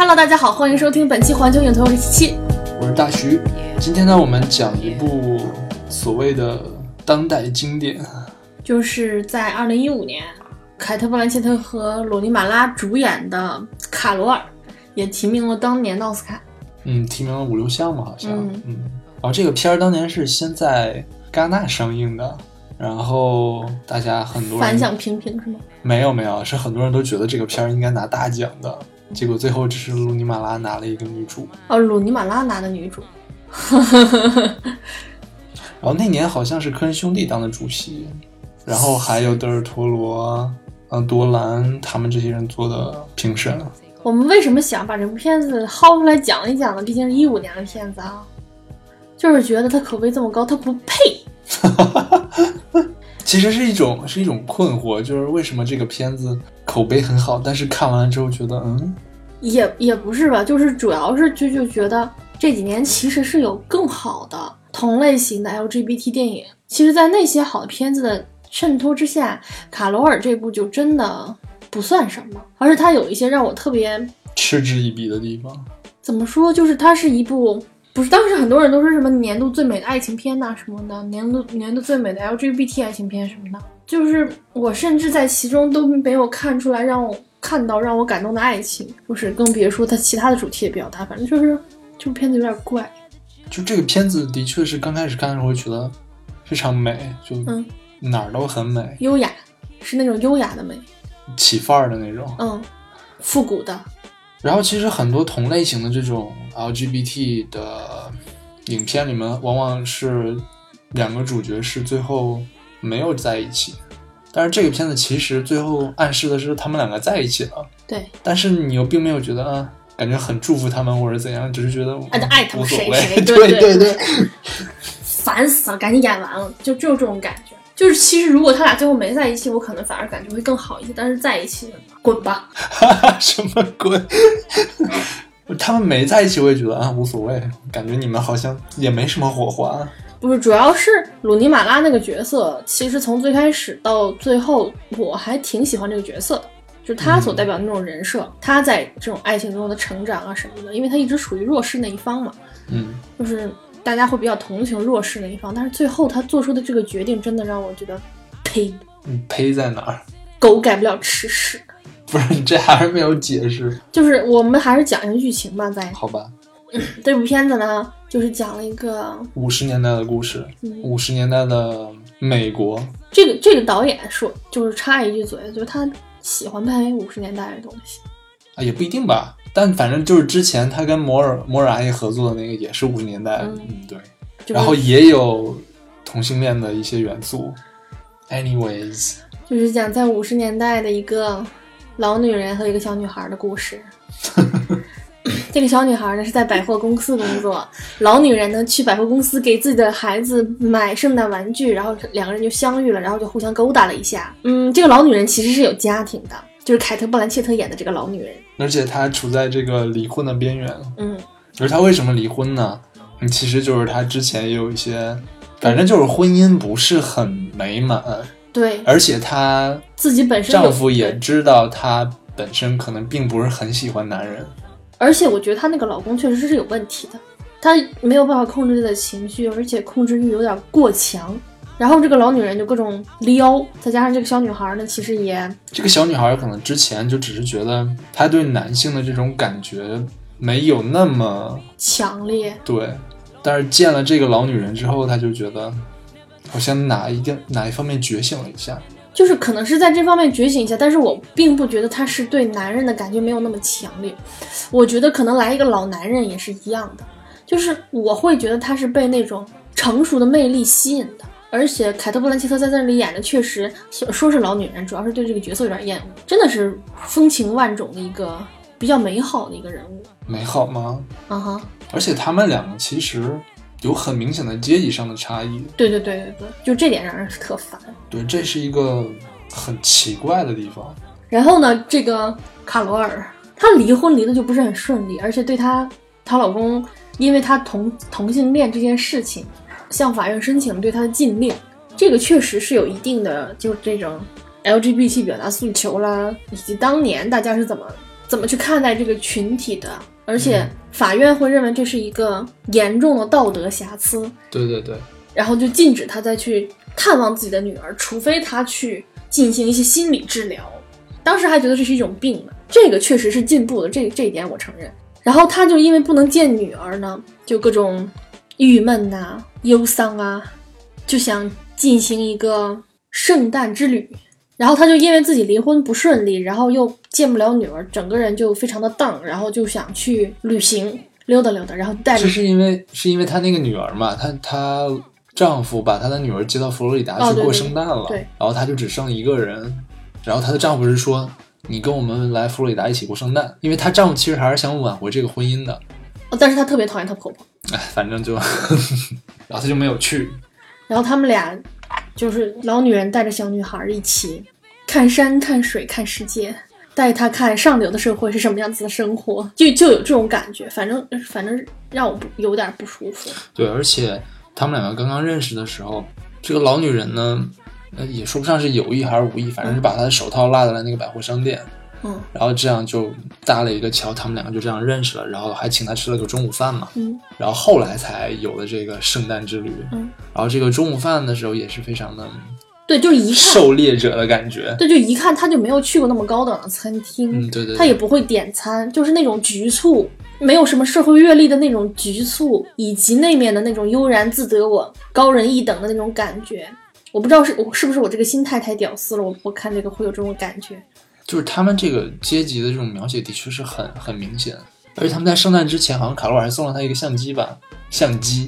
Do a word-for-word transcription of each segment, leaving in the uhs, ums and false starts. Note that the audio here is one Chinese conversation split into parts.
Hello， 大家好，欢迎收听本期环球影头，我是七七， 我是大徐。今天呢，我们讲一部所谓的当代经典， 就是在二零一五年，凯特·布兰切特和罗尼·马拉主演的《卡罗尔》，也提名了当年的奥斯卡。 嗯，提名了五六项嘛，好像。嗯嗯。然后这个片儿当年是先在戛纳上映的，然后大家很多人反响平平是吗？ 没有没有，是很多人都觉得这个片儿应该拿大奖的。结果最后只是鲁尼马拉拿了一个女主。 哦，鲁尼马拉拿的女主。 然后那年好像是科恩兄弟当的主席，然后还有德尔托罗、嗯多兰他们这些人做的评审。 我们为什么想把这部片子薅出来讲一讲呢？毕竟是一五年的片子啊，就是觉得它口碑这么高，它不配。 其实是一种是一种困惑，就是为什么这个片子口碑很好，但是看完了之后觉得嗯， 也也不是吧，就是主要是就就觉得这几年其实是有更好的同类型的 L G B T 电影，其实在那些好的片子的衬托之下，卡罗尔这部就真的不算什么，而是它有一些让我特别嗤之以鼻的地方。 怎么说，就是它是一部不是当时很多人都说什么年度最美的爱情片呐、啊、什么的，年度年度最美的 L G B T 爱情片什么的，就是我甚至在其中都没有看出来让我看到让我感动的爱情，就是更别说它其他的主题的表达，反正就是这部片子有点怪。 就这个片子的确是刚开始看的时候会觉得非常美，就哪儿都很美、嗯、 优雅，是那种优雅的美， 起范儿的那种， 嗯，复古的。 然后其实很多同类型的这种 L G B T 的影片里面往往是两个主角是最后没有在一起，但是这个片子其实最后暗示的是他们两个在一起了， 对， 但是你又并没有觉得啊，感觉很祝福他们或者怎样，只是觉得爱爱他们谁谁， 对对对， 烦死了，赶紧演完了，就就这种感觉。就是其实如果他俩最后没在一起，我可能反而感觉会更好一些，但是在一起滚吧。 什么滚？他们没在一起我也觉得啊无所谓，感觉你们好像也没什么火花。 不是，主要是鲁尼马拉那个角色，其实从最开始到最后我还挺喜欢这个角色的，就是他所代表的那种人设、嗯、他在这种爱情中的成长啊什么的，因为他一直属于弱势那一方嘛， 嗯， 就是大家会比较同情弱势那一方，但是最后他做出的这个决定真的让我觉得呸。 你呸在哪儿？ 狗改不了吃屎。 不是，你这还是没有解释。 就是我们还是讲一下剧情吧，在好吧、 嗯、这部片子呢就是讲了一个五十年代的故事，五十、嗯、年代的美国。 这个这个导演说，就是插一句嘴，就是他喜欢拍五十年代的东西啊，也不一定吧，但反正就是之前他跟摩尔摩尔阿姨合作的那个也是五十年代，嗯，对，然后也有同性恋的一些元素。Anyways， 就是讲在五十年代的一个老女人和一个小女孩的故事。这个小女孩呢是在百货公司工作，老女人呢去百货公司给自己的孩子买圣诞玩具，然后两个人就相遇了，然后就互相勾搭了一下。嗯，这个老女人其实是有家庭的，就是凯特·布兰切特演的这个老女人， 而且她处在这个离婚的边缘。 嗯， 而她为什么离婚呢？其实就是她之前也有一些，反正就是婚姻不是很美满。 对， 而且她自己本身丈夫也知道她本身可能并不是很喜欢男人。 而且我觉得她那个老公确实是有问题的，她没有办法控制自己的情绪，而且控制欲有点过强。然后这个老女人就各种撩，再加上这个小女孩呢，其实也这个小女孩可能之前就只是觉得她对男性的这种感觉没有那么强烈， 对，但是见了这个老女人之后，她就觉得好像哪一个哪一方面觉醒了一下。 就是可能是在这方面觉醒一下，但是我并不觉得他是对男人的感觉没有那么强烈。我觉得可能来一个老男人也是一样的，就是我会觉得他是被那种成熟的魅力吸引的。而且凯特·布兰切特在这里演的确实说是老女人，主要是对这个角色有点厌恶，真的是风情万种的一个比较美好的一个人物。 美好吗？ 啊哈！ 而且他们两个其实有很明显的阶级上的差异。 对对对对对，就这点让人是特烦。 对，这是一个很奇怪的地方。 然后呢，这个卡罗尔她离婚离的就不是很顺利，而且对她她老公因为她同同性恋这件事情向法院申请对她的禁令，这个确实是有一定的就这种 L G B T 表达诉求啦，以及当年大家是怎么怎么去看待这个群体的，而且法院会认为这是一个严重的道德瑕疵。 对对对， 然后就禁止他再去探望自己的女儿，除非他去进行一些心理治疗。当时还觉得这是一种病呢，这个确实是进步的，这这一点我承认。然后他就因为不能见女儿呢，就各种郁闷呐、忧伤啊，就想进行一个圣诞之旅。然后他就因为自己离婚不顺利，然后又见不了女儿，整个人就非常的荡，然后就想去旅行溜达溜达，然后带着。 这是因为是因为他那个女儿嘛，他他丈夫把他的女儿接到佛罗里达去过圣诞了， 哦、对对对， 然后他就只剩一个人，然后她的丈夫是说你跟我们来佛罗里达一起过圣诞，因为她丈夫其实还是想挽回这个婚姻的， 哦、但是她特别讨厌她婆婆， 哎，反正就然后她就没有去。 然后他们俩就是老女人带着小女孩一起看山看水看世界，带她看上流的社会是什么样子的生活，就就有这种感觉，反正反正让我不有点不舒服。 对，而且他们两个刚刚认识的时候，这个老女人呢呃，也说不上是有意还是无意，反正是把她的手套落在了那个百货商店， 嗯， 然后这样就搭了一个桥，他们两个就这样认识了，然后还请她吃了个中午饭嘛， 嗯， 然后后来才有了这个圣诞之旅， 嗯， 然后这个中午饭的时候也是非常的， 对，就是一看狩猎者的感觉， 对，就一看他就没有去过那么高档的餐厅， 嗯，对 对, 对， 他也不会点餐，就是那种局促，没有什么社会阅历的那种局促，以及那面的那种悠然自得，我高人一等的那种感觉。我不知道是我是不是我这个心态太屌丝了，我我看这个会有这种感觉。 就是他们这个阶级的这种描写的确是很很明显，而且他们在圣诞之前好像卡罗尔还送了他一个相机吧，相机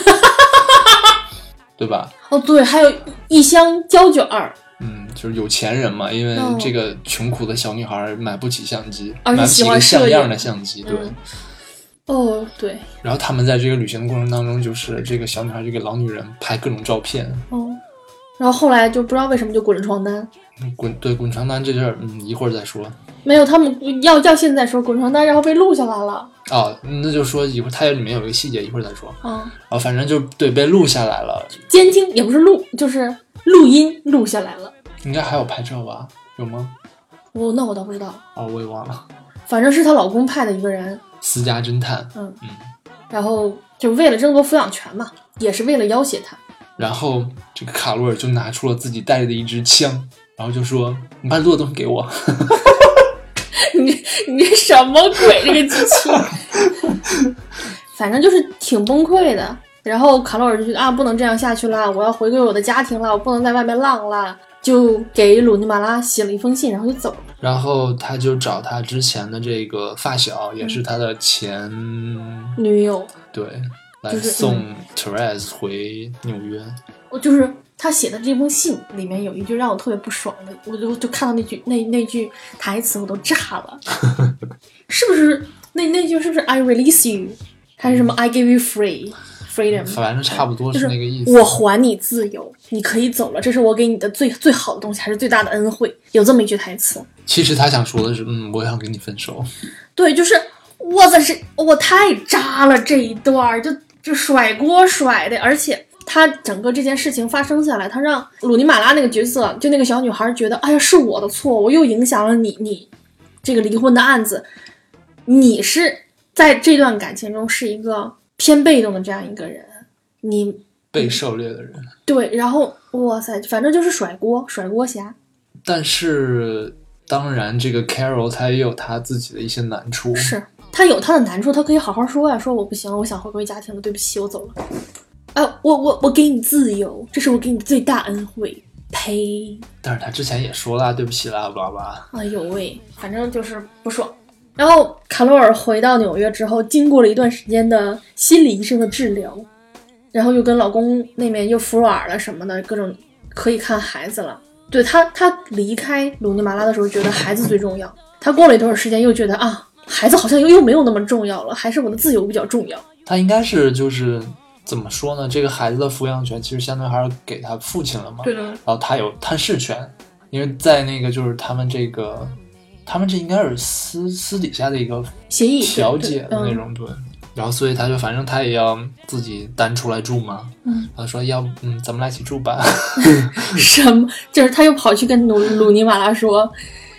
对吧？ 哦对，还有一箱胶卷儿。 嗯，就是有钱人嘛，因为这个穷苦的小女孩买不起相机， 而且喜欢买不起一个像样的相机，对、 嗯、哦对。 然后他们在这个旅行的过程当中，就是这个小女孩就给老女人拍各种照片， 哦，然后后来就不知道为什么就滚床单， 滚对滚床单这事儿，嗯，一会儿再说。 没有，他们要要现在说滚床单，然后被录下来了。 哦，那就说一会儿，它里面有一个细节，一会儿再说。 嗯， 哦，反正就对被录下来了， 监听也不是录，就是录音录下来了。 应该还有拍照吧？有吗？ 哦，那我倒不知道。 哦，我也忘了。 反正是她老公派的一个人， 私家侦探。 嗯嗯， 然后就为了争夺抚养权嘛，也是为了要挟他。 然后这个卡罗尔就拿出了自己带着的一支枪，然后就说：“你把所有东西给我。” 你这你这什么鬼？这个机器，反正就是挺崩溃的。然后卡罗尔就觉得啊，不能这样下去了，我要回归我的家庭了，我不能在外面浪了，就给鲁尼马拉写了一封信，然后就走了。 然后他就找他之前的这个发小，也是他的前女友， 对，来送 Therese 回纽约。 我就是他写的这封信里面有一句让我特别不爽的，我就就看到那句那那句台词我都炸了，是不是？那那句是不是 I release you， 还是什么 I give you free freedom？ 反正差不多是那个意思。 就是、我还你自由，你可以走了，这是我给你的最最好的东西，还是最大的恩惠。有这么一句台词。 其实他想说的是，嗯，我想跟你分手。 对，就是哇塞，是我太渣了这一段，就就甩锅甩的，而且。他整个这件事情发生下来，他让鲁尼马拉那个角色，就那个小女孩觉得，哎呀，是我的错，我又影响了你，你这个离婚的案子，你是在这段感情中是一个偏被动的这样一个人，你被狩猎的人， 对，然后哇塞，反正就是甩锅，甩锅侠。 但是当然，这个 Carol 他也有他自己的一些难处， 是他有他的难处，他可以好好说呀，说我不行了，我想回归家庭了，对不起，我走了。啊，我我我给你自由，这是我给你最大恩惠。呸！ 但是他之前也说了，对不起啦，巴拉巴拉。 哎呦喂，反正就是不爽。然后卡罗尔回到纽约之后，经过了一段时间的心理医生的治疗，然后又跟老公那边又服软了什么的，各种可以看孩子了。对他，他离开鲁尼马拉的时候觉得孩子最重要，他过了一段时间又觉得啊，孩子好像又又没有那么重要了，还是我的自由比较重要。 他应该是就是怎么说呢？这个孩子的抚养权其实相对还是给他父亲了嘛。 对的。 然后他有探视权，因为在那个就是他们这个，他们这应该是私私底下的一个协议调解的那种，对。嗯、然后所以他就反正他也要自己单出来住嘛。 嗯。 然后说要嗯，咱们来一起住吧。 什么？就是他又跑去跟鲁鲁尼马拉说。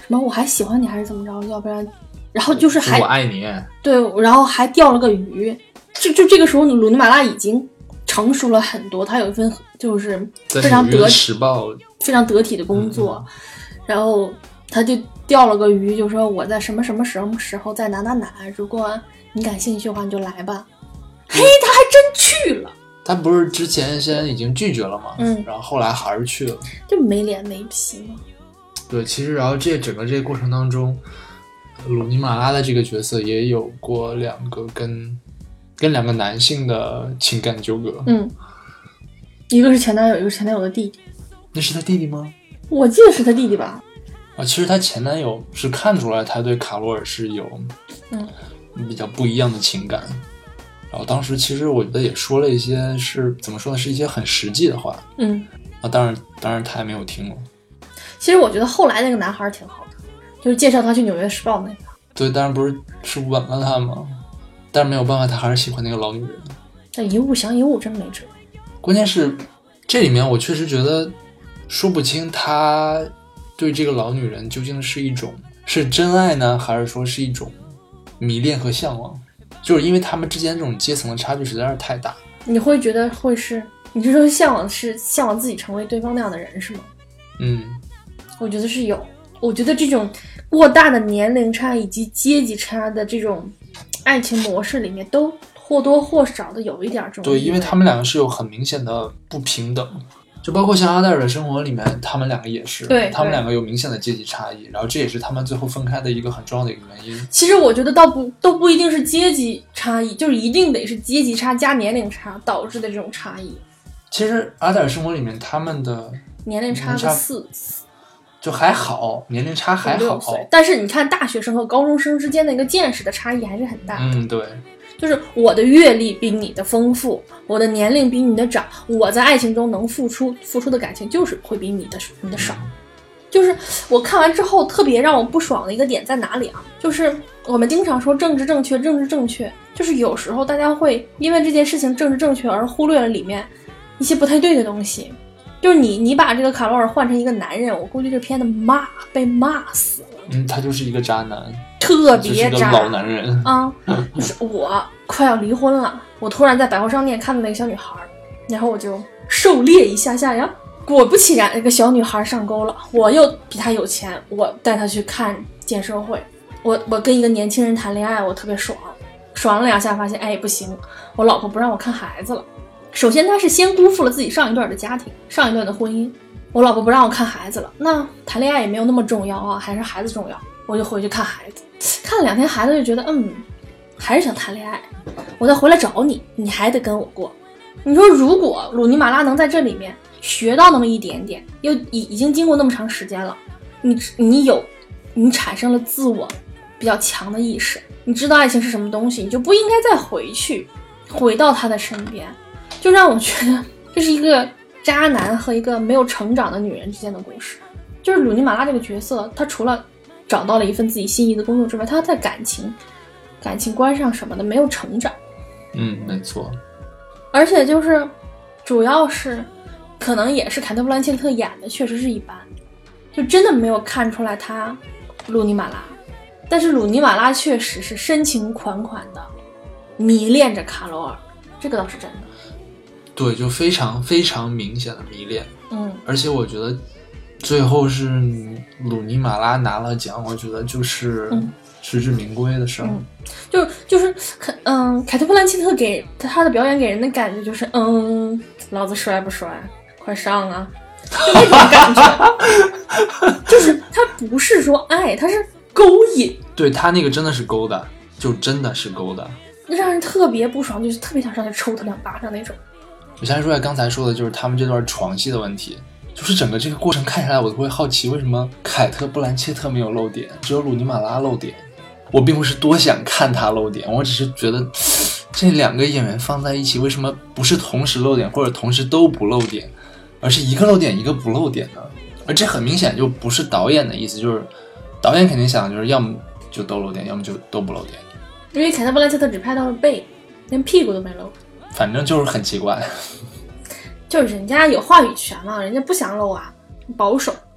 什么我还喜欢你还是怎么着，要不然，然后就是还我爱你， 对，然后还钓了个鱼。就就这个时候，鲁尼马拉已经成熟了很多，他有一份就是非常得时报非常得体的工作，嗯、然后他就钓了个鱼，就说我在什么什么什么时候在哪哪哪，如果你感兴趣的话你就来吧。嘿，他还真去了。 他不是之前先已经拒绝了吗？ 嗯， 然后后来还是去了， 就没脸没皮嘛。 对，其实然后这整个这个过程当中，鲁尼马拉的这个角色也有过两个跟跟两个男性的情感纠葛。 嗯，一个是前男友，一个是前男友的弟弟。 那是他弟弟吗？ 我记得是他弟弟吧。 啊，其实他前男友是看出来他对卡罗尔是有嗯比较不一样的情感。然后当时其实我觉得也说了一些是怎么说呢，是一些很实际的话。 嗯， 啊，当然当然他也没有听了。 其实我觉得后来那个男孩挺好的，就是介绍他去纽约时报那个。 对，当然不是是吻了他吗？但是没有办法，他还是喜欢那个老女人。 但一物降一物真没辙。 关键是这里面我确实觉得说不清他对这个老女人究竟是一种是真爱呢，还是说是一种迷恋和向往。就是因为他们之间这种阶层的差距实在是太大。 你会觉得会是，你是说向往是向往自己成为对方那样的人是吗？ 嗯， 我觉得是有。我觉得这种过大的年龄差以及阶级差的这种爱情模式里面，都或多或少的有一点这种。 对，因为他们两个是有很明显的不平等。就包括像阿黛尔的生活里面，他们两个也是， 对， 他们两个有明显的阶级差异，然后这也是他们最后分开的一个很重要的一个原因。 其实我觉得倒不都不一定是阶级差异，就是一定得是阶级差加年龄差导致的这种差异。 其实阿黛尔生活里面他们的年龄差个四， 就还好，年龄差还好。 但是你看大学生和高中生之间的一个见识的差异还是很大的。 嗯，对。 就是我的阅历比你的丰富，我的年龄比你的长，我在爱情中能付出付出的感情就是会比你的你的少。就是我看完之后特别让我不爽的一个点在哪里啊？就是我们经常说政治正确，政治正确，就是有时候大家会因为这件事情政治正确而忽略了里面一些不太对的东西。就是你你把这个卡罗尔换成一个男人，我估计这片子骂被骂死了。 嗯，他就是一个渣男。 特别渣， 老男人啊！就是我快要离婚了，我突然在百货商店看到那个小女孩，然后我就狩猎一下下呀。果不其然，那个小女孩上钩了。我又比她有钱，我带她去看见社会。我我跟一个年轻人谈恋爱，我特别爽，爽了两下，发现哎不行，我老婆不让我看孩子了。首先，她是先辜负了自己上一段的家庭，上一段的婚姻。我老婆不让我看孩子了，那谈恋爱也没有那么重要啊，还是孩子重要。我就回去看孩子。看了两天孩子就觉得嗯还是想谈恋爱，我再回来找你，你还得跟我过。你说如果鲁尼马拉能在这里面学到那么一点点，又已已经经过那么长时间了，你你有你产生了自我比较强的意识，你知道爱情是什么东西，你就不应该再回去回到他的身边。就让我觉得这是一个渣男和一个没有成长的女人之间的故事。就是鲁尼马拉这个角色，他除了找到了一份自己心仪的工作之外，他在感情感情观上什么的没有成长。 嗯，没错。 而且就是主要是可能也是凯特布兰切特演的确实是一般，就真的没有看出来他鲁尼马拉。但是鲁尼马拉确实是深情款款的迷恋着卡罗尔，这个倒是真的。 对，就非常非常明显的迷恋。 嗯，而且我觉得最后是鲁尼马拉拿了奖，我觉得就是实至名归的事儿。 嗯，就就是凯嗯，凯特布兰切特给他的表演给人的感觉就是嗯，老子帅不帅？快上啊！就那种感觉，就是他不是说爱，他是勾引。 对，他那个真的是勾的，就真的是勾的， 让人特别不爽，就是特别想上去抽他两巴掌那种。 我先说一下刚才说的，就是他们这段床戏的问题。就是整个这个过程看下来，我都会好奇为什么凯特布兰切特没有露点，只有鲁尼马拉露点。我并不是多想看他露点，我只是觉得这两个演员放在一起，为什么不是同时露点，或者同时都不露点，而是一个露点一个不露点呢？而这很明显就不是导演的意思，就是导演肯定想就是要么就都露点，要么就都不露点。 因为凯特布兰切特只拍到了背，连屁股都没露。 反正就是很奇怪。 就是人家有话语权嘛，人家不想露啊，保守。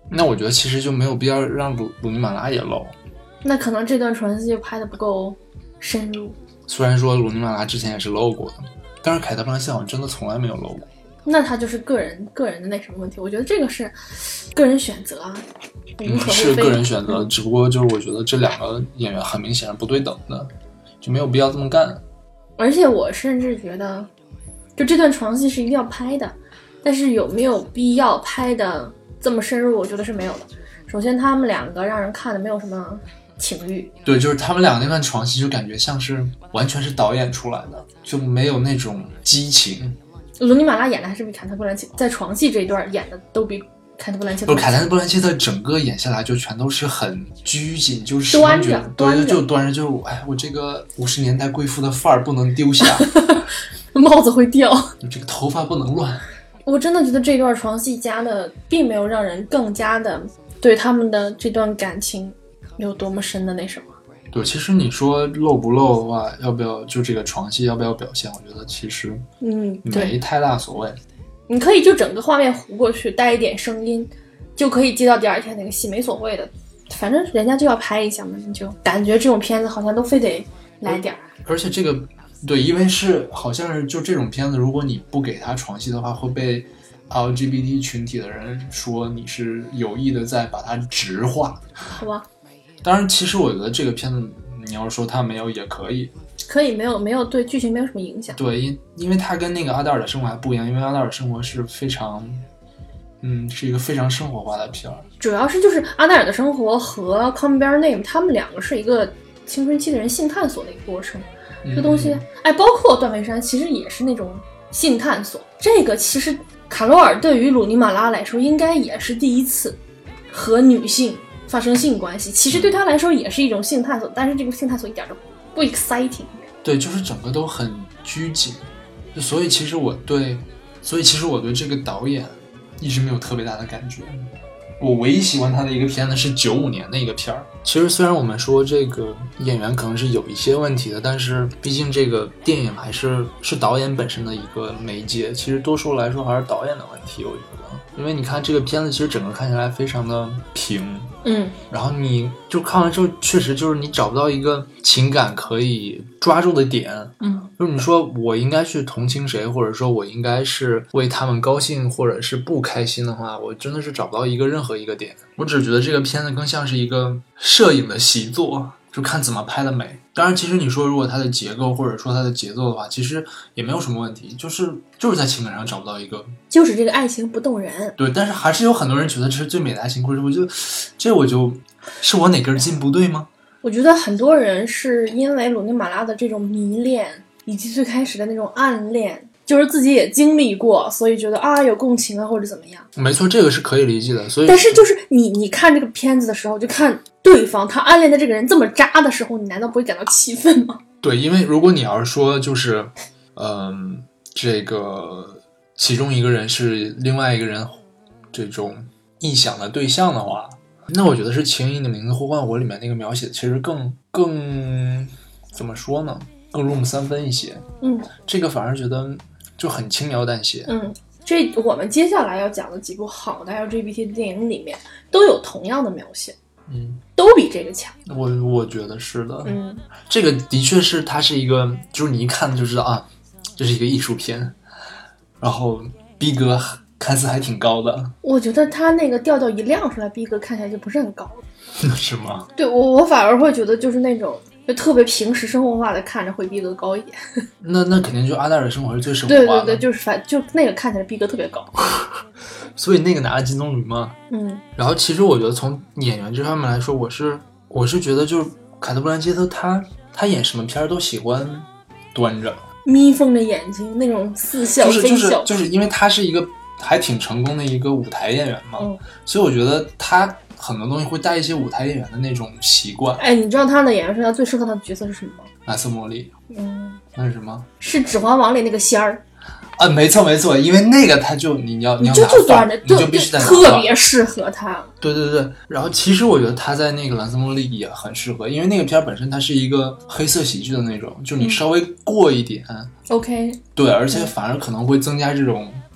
那我觉得其实就没有必要让鲁鲁尼马拉也露。 那可能这段床戏拍的不够深入。 虽然说鲁尼马拉之前也是露过的，但是凯特·布兰切特好像真的从来没有露过。 那他就是个人个人的那什么问题，我觉得这个是个人选择啊，无可厚非、 嗯、是个人选择，只不过就是我觉得这两个演员很明显是不对等的，就没有必要这么干。 而且我甚至觉得，就这段床戏是一定要拍的，但是有没有必要拍的这么深入，我觉得是没有的。首先他们两个让人看的没有什么情欲， 对，就是他们两个那段床戏就感觉像是完全是导演出来的，就没有那种激情。 鲁尼马拉演的还是比凯特·布兰切特在床戏这一段演的都比凯特·布兰切特， 不是凯特·布兰切特整个演下来就全都是很拘谨，就是端着， 对，就端着，就是哎，我这个五十年代贵妇的范儿不能丢下， 帽子会掉， 这个头发不能乱。 我真的觉得这段床戏加的并没有让人更加的对他们的这段感情有多么深的那什么。 对，其实你说露不露的话，要不要就这个床戏要不要表现，我觉得其实嗯没太大所谓。 你可以就整个画面糊过去，带一点声音，就可以接到第二天那个戏，没所谓的。反正人家就要拍一下嘛，你就感觉这种片子好像都非得来点儿。 而且这个对，因为是好像是就这种片子，如果你不给他床戏的话，会被 L G B T 群体的人说你是有意的在把它直化。 好吧。 当然，其实我觉得这个片子，你要说它没有也可以， 可以没有没有对剧情没有什么影响。 对，因因为它跟那个阿黛尔的生活还不一样，因为阿黛尔生活是非常，嗯，是一个非常生活化的片儿。 主要是就是阿黛尔的生活和 Call Me by Your Name 他们两个是一个青春期的人性探索的一个过程。这个东西，哎，包括断背山其实也是那种性探索。这个其实卡罗尔对于鲁尼马拉来说，应该也是第一次和女性发生性关系，其实对他来说也是一种性探索，但是这个性探索一点都不 exciting。 对，就是整个都很拘谨，所以其实我对所以其实我对这个导演一直没有特别大的感觉。我唯一喜欢他的一个片子是九五年的一个片儿。其实虽然我们说这个演员可能是有一些问题的，但是毕竟这个电影还是是导演本身的一个媒介，其实多数来说还是导演的问题，我觉得。因为你看这个片子其实整个看起来非常的平， 嗯， 然后你就看完之后确实就是你找不到一个情感可以抓住的点， 嗯， 就是你说我应该去同情谁，或者说我应该是为他们高兴或者是不开心的话，我真的是找不到一个任何一个点。我只觉得这个片子更像是一个摄影的习作，就看怎么拍的美。当然其实你说如果它的结构或者说它的节奏的话，其实也没有什么问题，就是就是在情感上找不到一个， 就是这个爱情不动人。 对，但是还是有很多人觉得这是最美的爱情故事。我就这我就是我哪根筋不对吗？ 我觉得很多人是因为鲁尼马拉的这种迷恋以及最开始的那种暗恋，就是自己也经历过，所以觉得啊有共情啊或者怎么样。 没错，这个是可以理解的。所以但是就是你你看这个片子的时候，就看对方他暗恋的这个人这么渣的时候，你难道不会感到气愤吗？ 对，因为如果你要是说就是嗯，这个其中一个人是另外一个人这种臆想的对象的话，那我觉得是《情义的名字呼唤我》里面那个描写其实更更怎么说呢，更入木三分一些。 嗯， 这个反而觉得就很轻描淡写。 嗯，这我们接下来要讲的几部好的 L G B T 的电影里面都有同样的描写， 嗯， 都比这个强。 我我觉得是的。 嗯， 这个的确是它是一个，就是你一看就知道啊，这是一个艺术片，然后逼格看似还挺高的。 我觉得他那个调调一亮出来，逼格看起来就不是很高。 是吗？ 对，我我反而会觉得就是那种就特别平时生活化的看着会逼格高一点。 那那肯定就阿黛尔的生活是最生活化的。 对对对，就是反就那个看起来逼格特别高。 所以那个拿了金棕榈嘛。 嗯。 然后其实我觉得从演员这方面来说，我是我是觉得就是凯特·布兰切特他他演什么片都喜欢端着， 眯缝着眼睛那种似笑就是非笑， 就是就是因为他是一个还挺成功的一个舞台演员嘛， 嗯， 所以我觉得他很多东西会带一些舞台演员的那种习惯。 哎，你知道他的演员生涯最适合他的角色是什么吗？ 蓝色茉莉。 嗯， 那是什么？ 是《指环王》里那个仙儿。 啊，没错没错，因为那个他就你要你要就就端着， 你就必须得特别适合他。 对对对，然后其实我觉得他在那个蓝色茉莉也很适合，因为那个片本身它是一个黑色喜剧的那种，就你稍微过一点、 嗯、，OK， 对，而且反而可能会增加这种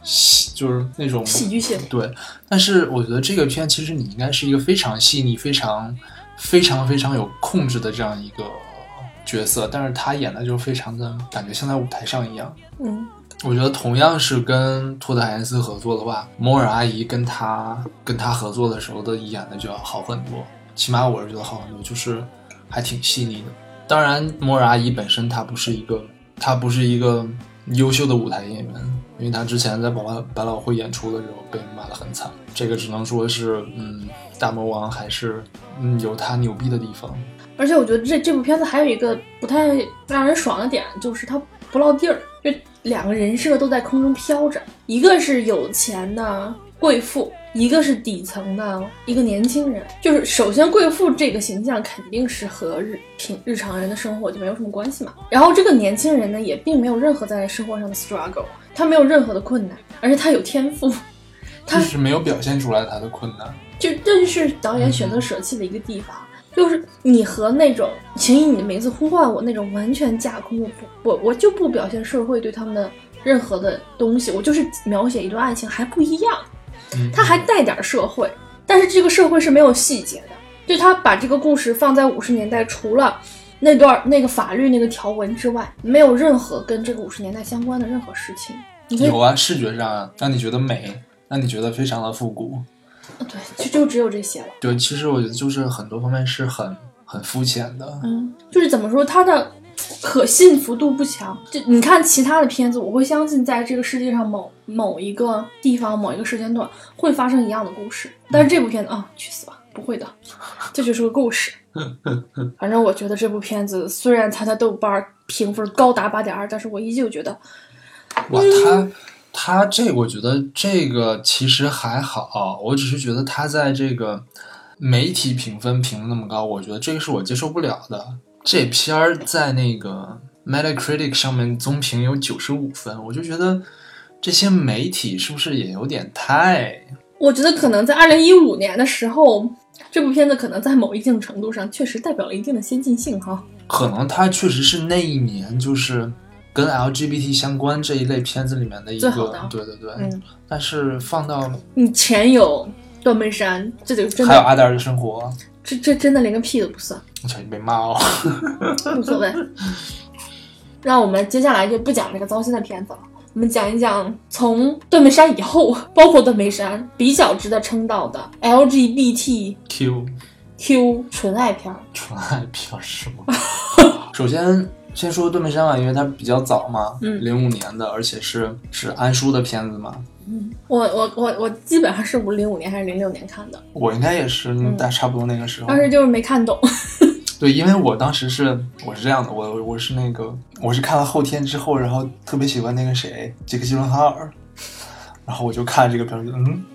就是那种喜剧性。 对，但是我觉得这个片其实你应该是一个非常细腻、非常非常非常有控制的这样一个角色，但是他演的就非常的感觉像在舞台上一样。 嗯， 我觉得同样是跟托德海恩斯合作的话，摩尔阿姨跟他跟他合作的时候的演的就要好很多，起码我是觉得好很多，就是还挺细腻的。当然摩尔阿姨本身她不是一个她不是一个优秀的舞台演员，因为她之前在百老百老汇演出的时候被骂得很惨，这个只能说是嗯，大魔王还是嗯有他牛逼的地方。 而且我觉得这这部片子还有一个不太让人爽的点，就是它不落地儿，就两个人设都在空中飘着，一个是有钱的贵妇，一个是底层的一个年轻人。就是首先贵妇这个形象肯定是和日平日常人的生活就没有什么关系嘛，然后这个年轻人呢也并没有任何在生活上的 struggle， 他没有任何的困难，而且他有天赋，他就是没有表现出来他的困难， 就这就是导演选择舍弃的一个地方。嗯，就是你和那种请以你的名字呼唤我那种完全架空，我不我我就不表现社会对他们的任何的东西，我就是描写一段爱情还不一样。他还带点社会，但是这个社会是没有细节的，就他把这个故事放在五十年代，除了那段那个法律那个条文之外，没有任何跟这个五十年代相关的任何事情。 有啊，视觉上啊，让你觉得美，让你觉得非常的复古。 对，就就只有这些了。 对，其实我觉得就是很多方面是很很肤浅的。 嗯，就是怎么说，它的可信服度不强。就你看其他的片子，我会相信在这个世界上某某一个地方某一个时间段会发生一样的故事，但是这部片子啊，去死吧，不会的，这就是个故事。反正我觉得这部片子虽然它的豆瓣评分高达八点二，但是我依旧觉得， 哇，他他这我觉得这个其实还好，我只是觉得他在这个媒体评分评那么高，我觉得这个是我接受不了的。这片儿在那个 Metacritic 上面总评有九十五分，我就觉得这些媒体是不是也有点太…… 我觉得可能在二零一五年的时候，这部片子可能在某一定程度上确实代表了一定的先进性哈。 可能它确实是那一年就是跟 L G B T 相关这一类片子里面的一个， 最好的， 对对对。 嗯，但是放到你前有断背山，这就真的还有阿黛尔的生活， 这这真的连个屁都不算。 我操，你被骂哦。 无所谓。那我们接下来就不讲这个糟心的片子了，我们讲一讲从断背山以后，包括断背山比较值得称道的 L G B T Q Q 纯爱片。 纯爱片是吗？首先先说断背山吧，因为它比较早嘛， 嗯， 零五年的，而且是是安叔的片子嘛。 嗯，我我我我基本上是不零五年还是零六年看的， 我应该也是， 嗯， 大差不多那个时候。 当时就是没看懂。 对，因为我当时是我是这样的，我我是那个我是看了后天之后，然后特别喜欢那个谁杰克·基伦哈尔，然后我就看这个片儿，嗯，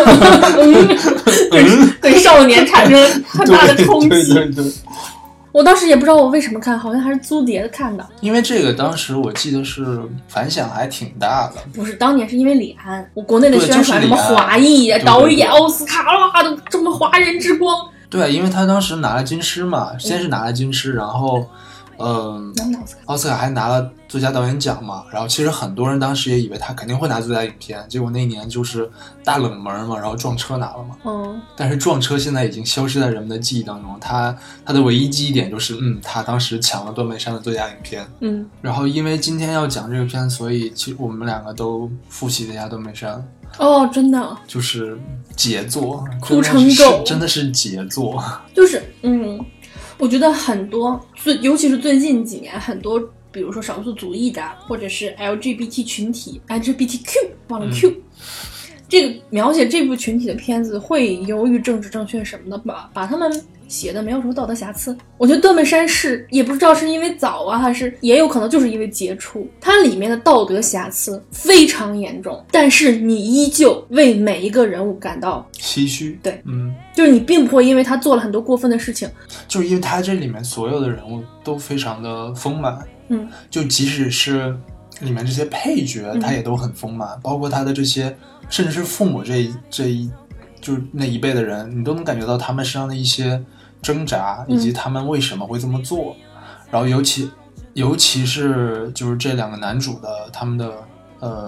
对对少年产生很大的冲击。 对对 对, 对。 我当时也不知道我为什么看，好像还是租碟看的。 因为这个当时我记得是反响还挺大的。 不是，当年是因为李安，我国内的宣传什么华裔、就是、导演奥斯卡啦，都这么华人之光。 对，因为他当时拿了金狮嘛，先是拿了金狮，然后，嗯、呃，奥斯卡还拿了最佳导演奖嘛。然后其实很多人当时也以为他肯定会拿最佳影片，结果那一年就是大冷门嘛，然后撞车拿了嘛。 嗯。 但是撞车现在已经消失在人们的记忆当中，他他的唯一记忆点就是，嗯，他当时抢了断背山的最佳影片。 嗯。 然后因为今天要讲这个片，所以其实我们两个都复习了一下断背山。 哦，真的就是杰作， 哭成狗， 真的是杰作。 就是嗯，我觉得很多最尤其是最近几年，很多比如说少数族裔的或者是 L G B T 群体 L G B T Q 忘了 Q、嗯、这个描写这部群体的片子会由于政治正确什么的把把他们写的没有什么道德瑕疵。我觉得断背山是也不知道是因为早啊，还是也有可能就是因为杰出，它里面的道德瑕疵非常严重，但是你依旧为每一个人物感到唏嘘。 对， 嗯， 就是你并不会因为他做了很多过分的事情， 就是因为他这里面所有的人物都非常的丰满。 嗯， 就即使是里面这些配角，他也都很丰满、嗯，包括他的这些，甚至是父母这一这一就是那一辈的人，你都能感觉到他们身上的一些挣扎，以及他们为什么会这么做。嗯、然后尤其尤其是就是这两个男主的他们的呃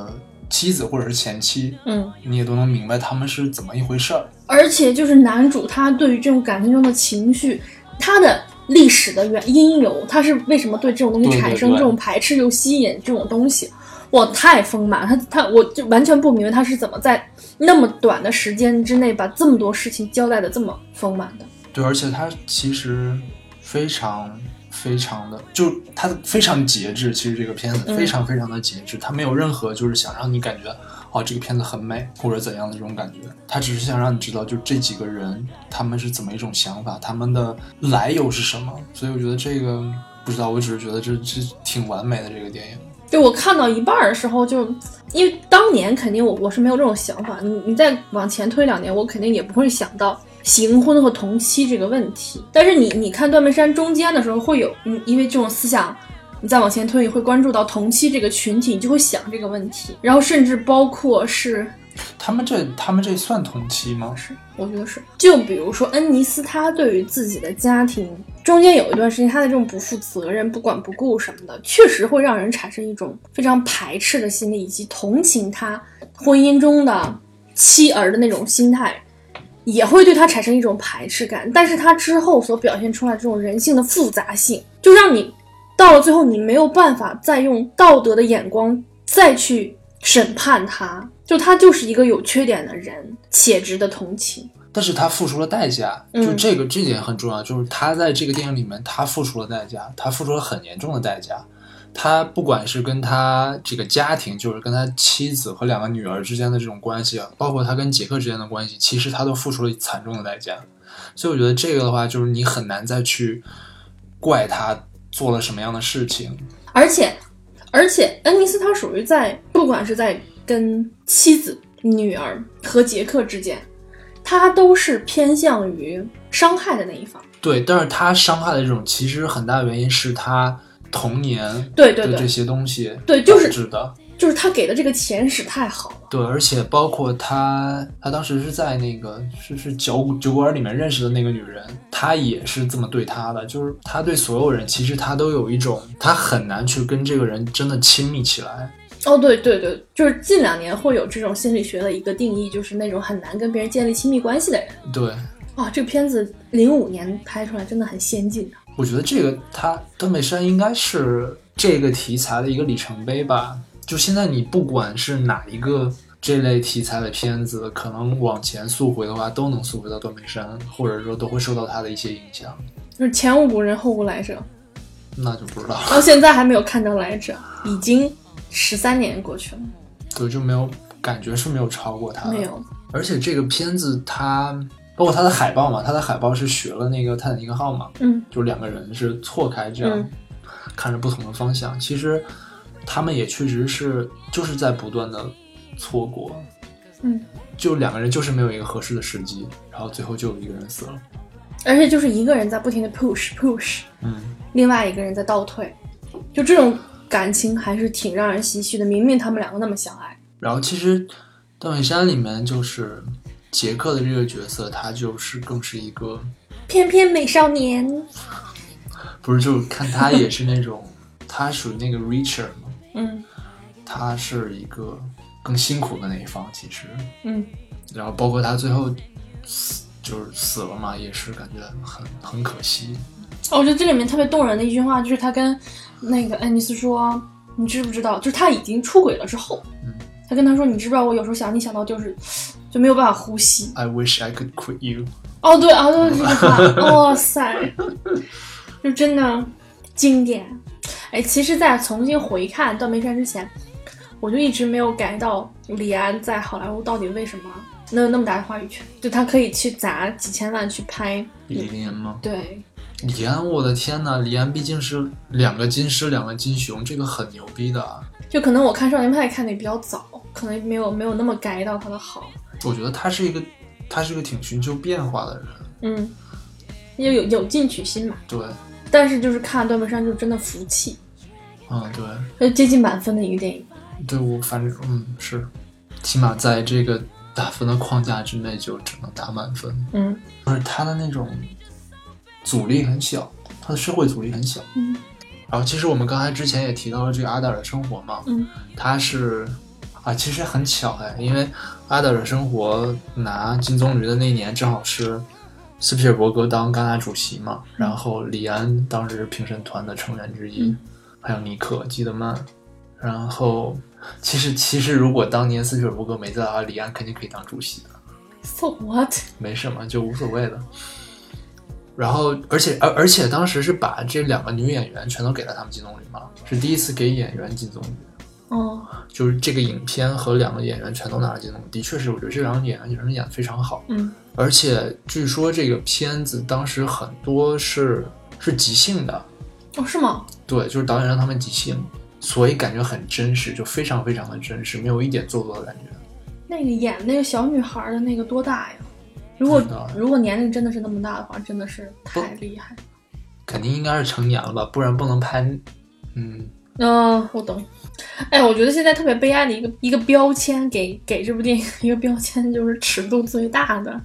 妻子或者是前妻， 嗯， 你也都能明白他们是怎么一回事儿。 而且就是男主他对于这种感情中的情绪，他的历史的原因由，他是为什么对这种东西产生这种排斥又吸引这种东西，哇，太丰满，他他我就完全不明白他是怎么在那么短的时间之内把这么多事情交代的这么丰满的。 对，而且他其实非常非常的，就他非常节制，其实这个片子非常非常的节制，他、嗯、没有任何就是想让你感觉哦这个片子很美或者怎样的这种感觉，他只是想让你知道就这几个人他们是怎么一种想法，他们的来由是什么。所以我觉得这个不知道，我只是觉得这这挺完美的这个电影。 就我看到一半的时候就，因为当年肯定我我是没有这种想法，你你再往前推两年，我肯定也不会想到行婚和同妻这个问题。但是你你看断背山中间的时候会有，因为这种思想你再往前推，你会关注到同妻这个群体，你就会想这个问题，然后甚至包括是他们这他们这算同妻吗？ 是，我觉得是。就比如说恩尼斯，他对于自己的家庭中间有一段时间他的这种不负责任不管不顾什么的，确实会让人产生一种非常排斥的心理，以及同情他婚姻中的妻儿的那种心态，也会对他产生一种排斥感。但是他之后所表现出来这种人性的复杂性，就让你到了最后你没有办法再用道德的眼光再去审判他，就他就是一个有缺点的人，且值得同情。 但是他付出了代价，就这个、嗯、这点很重要，就是他在这个电影里面他付出了代价，他付出了很严重的代价。他不管是跟他这个家庭，就是跟他妻子和两个女儿之间的这种关系，包括他跟杰克之间的关系，其实他都付出了惨重的代价。所以我觉得这个的话，就是你很难再去怪他做了什么样的事情。 而且而且恩尼斯他属于在不管是在跟妻子、女儿和杰克之间，他都是偏向于伤害的那一方。 对，但是他伤害的这种其实很大原因是他童年对对对这些东西对就是导致的， 就是他给的这个前史太好了。 对，而且包括他他当时是在那个是是酒酒馆里面认识的那个女人，他也是这么对他的，就是他对所有人其实他都有一种他很难去跟这个人真的亲密起来。 哦，对对对，就是近两年会有这种心理学的一个定义，就是那种很难跟别人建立亲密关系的人。 对， 啊、哦，这个片子零五年拍出来真的很先进的。 我觉得这个他断背山应该是这个题材的一个里程碑吧。就现在你不管是哪一个这类题材的片子，可能往前溯回的话都能溯回到断背山，或者说都会受到它的一些影响。 就是前无古人后无来者， 那就不知道到现在还没有看到来者，已经十三年过去了。 对，就没有感觉是没有超过它的。 没有。 而且这个片子它包括它的海报嘛，它的海报是学了那个泰坦尼克号嘛， 嗯， 就两个人是错开这样、嗯、看着不同的方向。其实他们也确实是就是在不断的错过， 嗯， 就两个人就是没有一个合适的时机，然后最后就有一个人死了， 而且就是一个人在不停的 push push， 嗯， 另外一个人在倒退，就这种感情还是挺让人唏嘘的。明明他们两个那么相爱。 然后其实断背山里面就是杰克的这个角色，他就是更是一个翩翩美少年， 不是，就是看他也是那种他属于那个 Richard 嘛， 嗯， 他是一个更辛苦的那一方其实， 嗯， 然后包括他最后死就是死了嘛，也是感觉很很可惜。 哦，我觉得这里面特别动人的一句话就是他跟那个恩尼斯说，你知不知道，就是他已经出轨了之后， 嗯， 他跟他说，你知不知道我有时候想你想到就是就没有办法呼吸。 I wish I could quit you。 哦对啊，就是这个话哇塞，就真的经典。哎，其实在重新回看断背山之前，我就一直没有感到李安在好莱坞到底为什么能有那么大的话语权，就他可以去砸几千万去拍李安吗？ 对， 李安，我的天哪，李安毕竟是两个金狮两个金熊，这个很牛逼的。 就可能我看少年派看的比较早，可能没有没有那么改到他的好。 我觉得他是一个他是一个挺寻求变化的人， 嗯，有有有进取心嘛。 对， 但是就是看断背山就真的服气。 嗯，对， 就接近满分的一个电影。 对，我反正嗯是，起码在这个打分的框架之内就只能打满分。 嗯， 就是他的那种阻力很小，他的社会阻力很小。 嗯， 然后其实我们刚才之前也提到了这个阿黛尔的生活嘛， 嗯， 他是啊，其实很巧哎，因为阿黛尔的生活拿金棕榈的那一年正好是斯皮尔伯格当戛纳主席嘛，嗯、然后李安当时是评审团的成员之一，嗯、还有尼可基德曼。然后其实其实如果当年斯皮尔伯格没在的话，李安肯定可以当主席的。 So what？ 没什么，就无所谓的。然后而且而而且当时是把这两个女演员全都给了他们金棕榈嘛，是第一次给演员金棕榈。 哦， 就是这个影片和两个演员全都拿了金棕榈，的确是我觉得这两个演员演得非常好。 嗯， 而且据说这个片子当时很多是是即兴的。 哦，是吗？ 对，就是导演让他们即兴，所以感觉很真实，就非常非常的真实，没有一点做作的感觉。 那个演那个小女孩的那个多大呀？如果如果年龄真的是那么大的话，真的是太厉害了。 肯定应该是成年了吧，不然不能拍。嗯， 哦，我懂。哎，我觉得现在特别悲哀的一个一个标签给给这部电影一个标签就是尺度最大的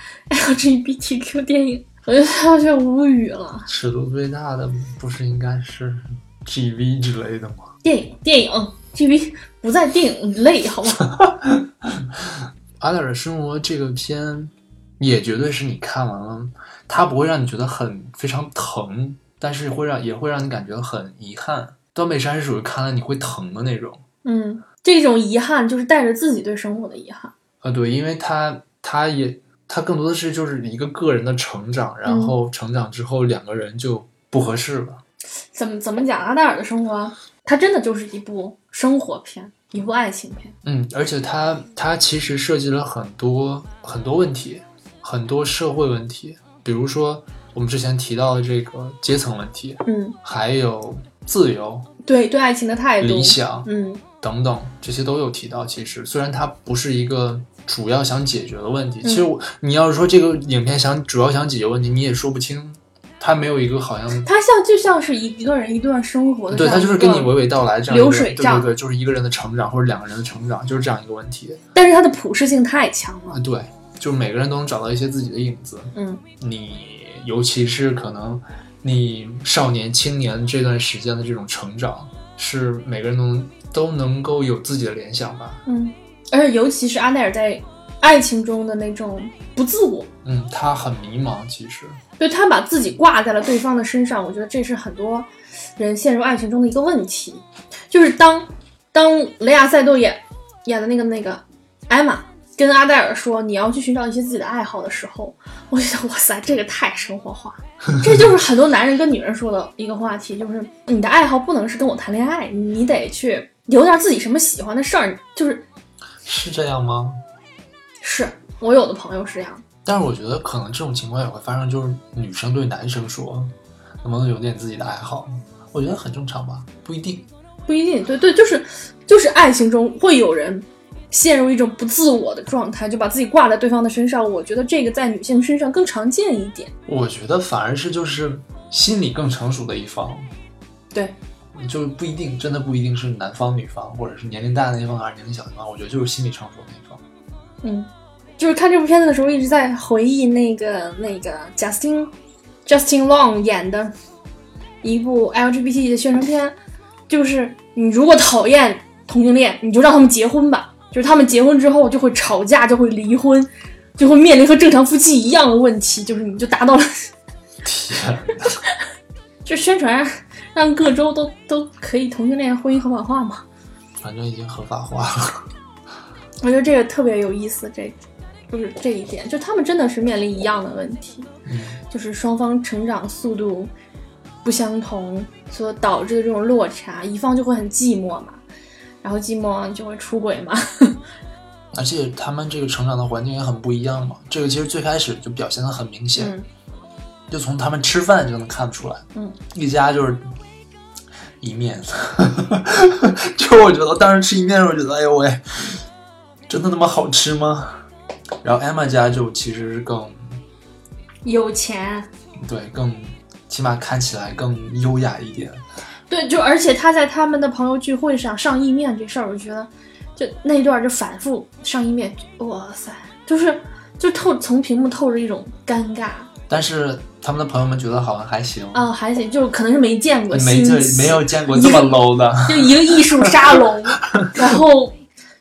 L G B T Q 电影，我觉得我就无语了。 尺度最大的不是应该是 G V 之类的吗？ 电影电影 G V 不在电影类，好吗？ 阿黛尔的生活这个片也绝对是你看完了，它不会让你觉得很非常疼，但是会让也会让你感觉很遗憾。断背山是属于看了你会疼的那种。 嗯，这种遗憾就是带着自己对生活的遗憾。 啊，对，因为他他也他更多的是就是一个个人的成长，然后成长之后两个人就不合适了。 怎么怎么讲？阿黛尔的生活，它真的就是一部生活片，一部爱情片。 嗯，而且他他其实设计了很多很多问题，很多社会问题，比如说我们之前提到的这个阶层问题， 嗯， 还有自由， 对对爱情的态度、 理想， 嗯， 等等，这些都有提到。其实虽然它不是一个主要想解决的问题，嗯、其实我你要是说这个影片想主要想解决问题，你也说不清。它没有一个好像， 它像就像是一个人一段生活的， 对，它就是跟你娓娓道来这样流水账， 对对对，就是一个人的成长或者两个人的成长，就是这样一个问题。 但是它的普适性太强了， 对，就是每个人都能找到一些自己的影子。 嗯， 你尤其是可能你少年青年这段时间的这种成长，是每个人都能都能够有自己的联想吧。 嗯，而且尤其是阿黛尔在爱情中的那种不自我， 嗯，他很迷茫，其实对，他把自己挂在了对方的身上，我觉得这是很多人陷入爱情中的一个问题。就是当当雷亚塞多演演的那个那个艾玛跟阿黛尔说你要去寻找一些自己的爱好的时候，我觉得哇塞，这个太生活化。这就是很多男人跟女人说的一个话题，就是你的爱好不能是跟我谈恋爱，你得去有点自己什么喜欢的事儿。就是是这样吗？ 是我有的朋友是这样， 但是我觉得可能这种情况也会发生，就是女生对男生说能不能有点自己的爱好，我觉得很正常吧，不一定不一定，对对，就是就是爱情中会有人陷入一种不自我的状态，就把自己挂在对方的身上，我觉得这个在女性身上更常见一点。 我觉得反而是就是心理更成熟的一方， 对， 就不一定，真的不一定是男方女方，或者是年龄大的那方还是年龄小的那方，我觉得就是心理成熟的那一方。 嗯，就是看这部片子的时候一直在回忆那个那个 Justin Justin Long 演的一部 L G B T 的宣传片，就是你如果讨厌同性恋，你就让他们结婚吧，就是他们结婚之后就会吵架，就会离婚，就会面临和正常夫妻一样的问题，就是你就达到了天就宣传让各州都都可以同性恋婚姻合法化嘛， 反正已经合法化了。 我觉得这个特别有意思，这就是这一点，就他们真的是面临一样的问题， 嗯， 就是双方成长速度不相同所导致的这种落差，一方就会很寂寞嘛，然后寂寞就会出轨嘛。 而且他们这个成长的环境也很不一样嘛，这个其实最开始就表现得很明显， 嗯， 就从他们吃饭就能看得出来， 嗯， 一家就是一面，就我觉得当时吃一面的时候觉得，哎呦喂，真的那么好吃吗？然后 Emma 家就其实更有钱， 对，更起码看起来更优雅一点。 对，就而且他在他们的朋友聚会上上意面这事儿，我觉得就那一段就反复上意面，哇塞，就是就透从屏幕透着一种尴尬。 但是他们的朋友们觉得好像还行啊、哦，还行，就可能是没见过没新奇， 没有见过这么 low 的， 就一个艺术沙龙，然后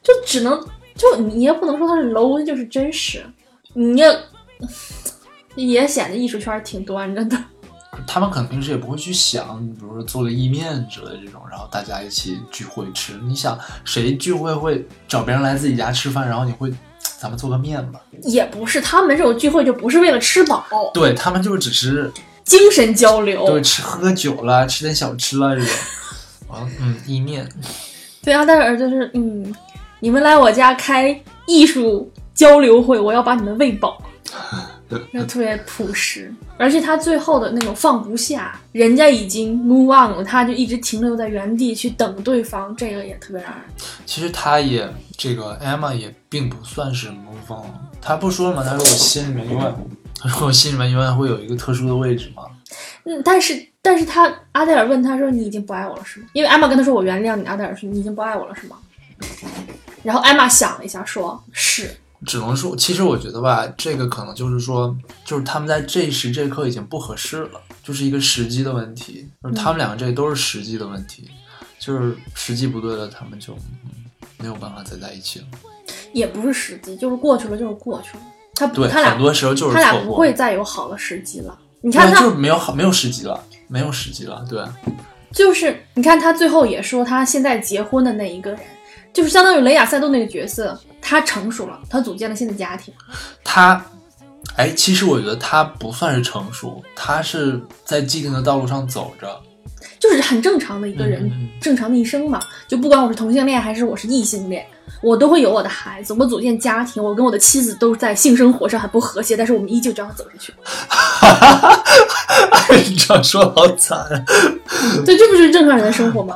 就只能就你也不能说它是 low， 就是真实，你也也显得艺术圈挺端着的。 他们可能平时也不会去想，比如说做个意面之类的这种，然后大家一起聚会吃。你想谁聚会会找别人来自己家吃饭，然后你会咱们做个面吧？ 也不是，他们这种聚会就不是为了吃饱， 对他们就是只是精神交流， 对，吃喝个酒啦，吃点小吃啦这种。啊，嗯，意面。 对啊，但是就是嗯，你们来我家开艺术交流会，我要把你们喂饱。就特别朴实，而且他最后的那种放不下，人家已经 move on 了，他就一直停留在原地去等对方，这个也特别让人。 其实他也这个 Emma 也并不算是 move on， 他不说了吗？他说我心里面永远，他说我心里面永远会有一个特殊的位置嘛。 嗯，但是但是他阿黛尔问他说：“你已经不爱我了是吗？”因为 Emma 跟他说：“我原谅你。”阿黛尔说：“你已经不爱我了是吗？”然后 Emma 想了一下说：“是。” 只能说，其实我觉得吧，这个可能就是说，就是他们在这一时这刻已经不合适了，就是一个时机的问题，就是他们两个这都是时机的问题，嗯、就是时机不对了，他们就、嗯、没有办法再在一起了。 也不是时机，就是过去了，就是过去了。他对， 他俩很多时候就是他俩不会再有好的时机了。你看他就是没有好，没有时机了，没有时机了，对。 就是你看他最后也说，他现在结婚的那一个人。就是相当于雷亚塞多那个角色，他成熟了，他组建了新的家庭。 他，哎，其实我觉得他不算是成熟，他是在既定的道路上走着， 就是很正常的一个人， 嗯、 正常的一生嘛。就不管我是同性恋还是我是异性恋，我都会有我的孩子，我组建家庭，我跟我的妻子都在性生活上很不和谐，但是我们依旧这样走下去。 你这样说好惨。 对，这不就是正常人的生活吗？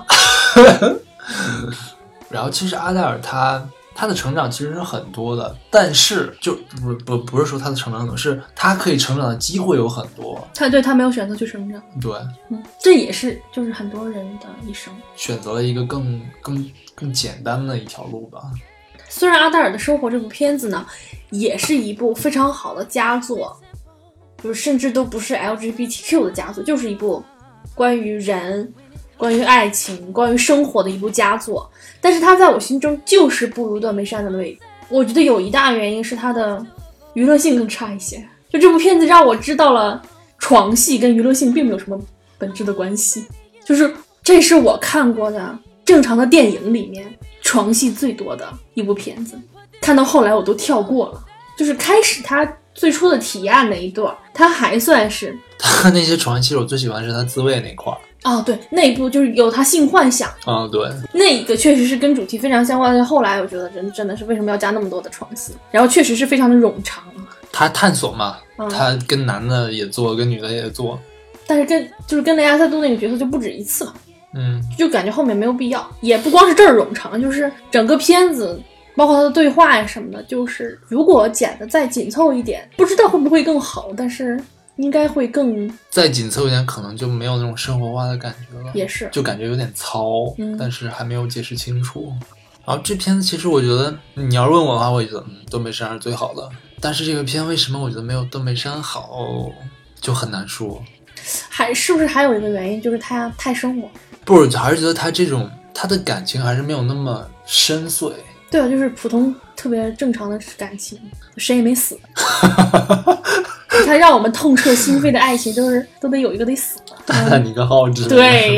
然后其实阿黛尔他他的成长其实是很多的，但是就不不不是说他的成长很多，是他可以成长的机会有很多。 他对他没有选择去成长， 对， 嗯，这也是就是很多人的一生选择了一个更更更简单的一条路吧。 虽然阿黛尔的生活这部片子呢，也是一部非常好的佳作，就是甚至都不是 L G B T Q 的佳作，就是一部关于人。关于爱情关于生活的一部佳作，但是它在我心中就是不如断背山的位置。我觉得有一大原因是它的娱乐性更差一些，就这部片子让我知道了床戏跟娱乐性并没有什么本质的关系，就是这是我看过的正常的电影里面床戏最多的一部片子，看到后来我都跳过了。就是开始他最初的体验那一段，他还算是他那些床戏，我最喜欢是他自慰那块儿。 哦，对，那一部就是有他性幻想啊、哦，对， 那一个确实是跟主题非常相关的。后来我觉得真真的是为什么要加那么多的床戏，然后确实是非常的冗长。 他探索嘛， 嗯、 他跟男的也做，跟女的也做， 但是跟就是跟雷亚塞多那个角色就不止一次嘛， 嗯， 就感觉后面没有必要。也不光是这儿冗长，就是整个片子包括他的对话呀什么的，就是如果剪的再紧凑一点，不知道会不会更好，但是应该会更再紧凑一点，可能就没有那种生活化的感觉了， 也是就感觉有点糙、 嗯、 但是还没有解释清楚。然后这片子其实我觉得你要问我的话，我觉得嗯，断背山是最好的，但是这个片为什么我觉得没有断背山好，就很难说。 还是不是还有一个原因，就是他太生活， 不是，还是觉得他这种他的感情还是没有那么深邃。 对啊，就是普通特别正常的感情，谁也没死。他让我们痛彻心扉的爱情都是都得有一个得死了。 大大你个好之类的， 对，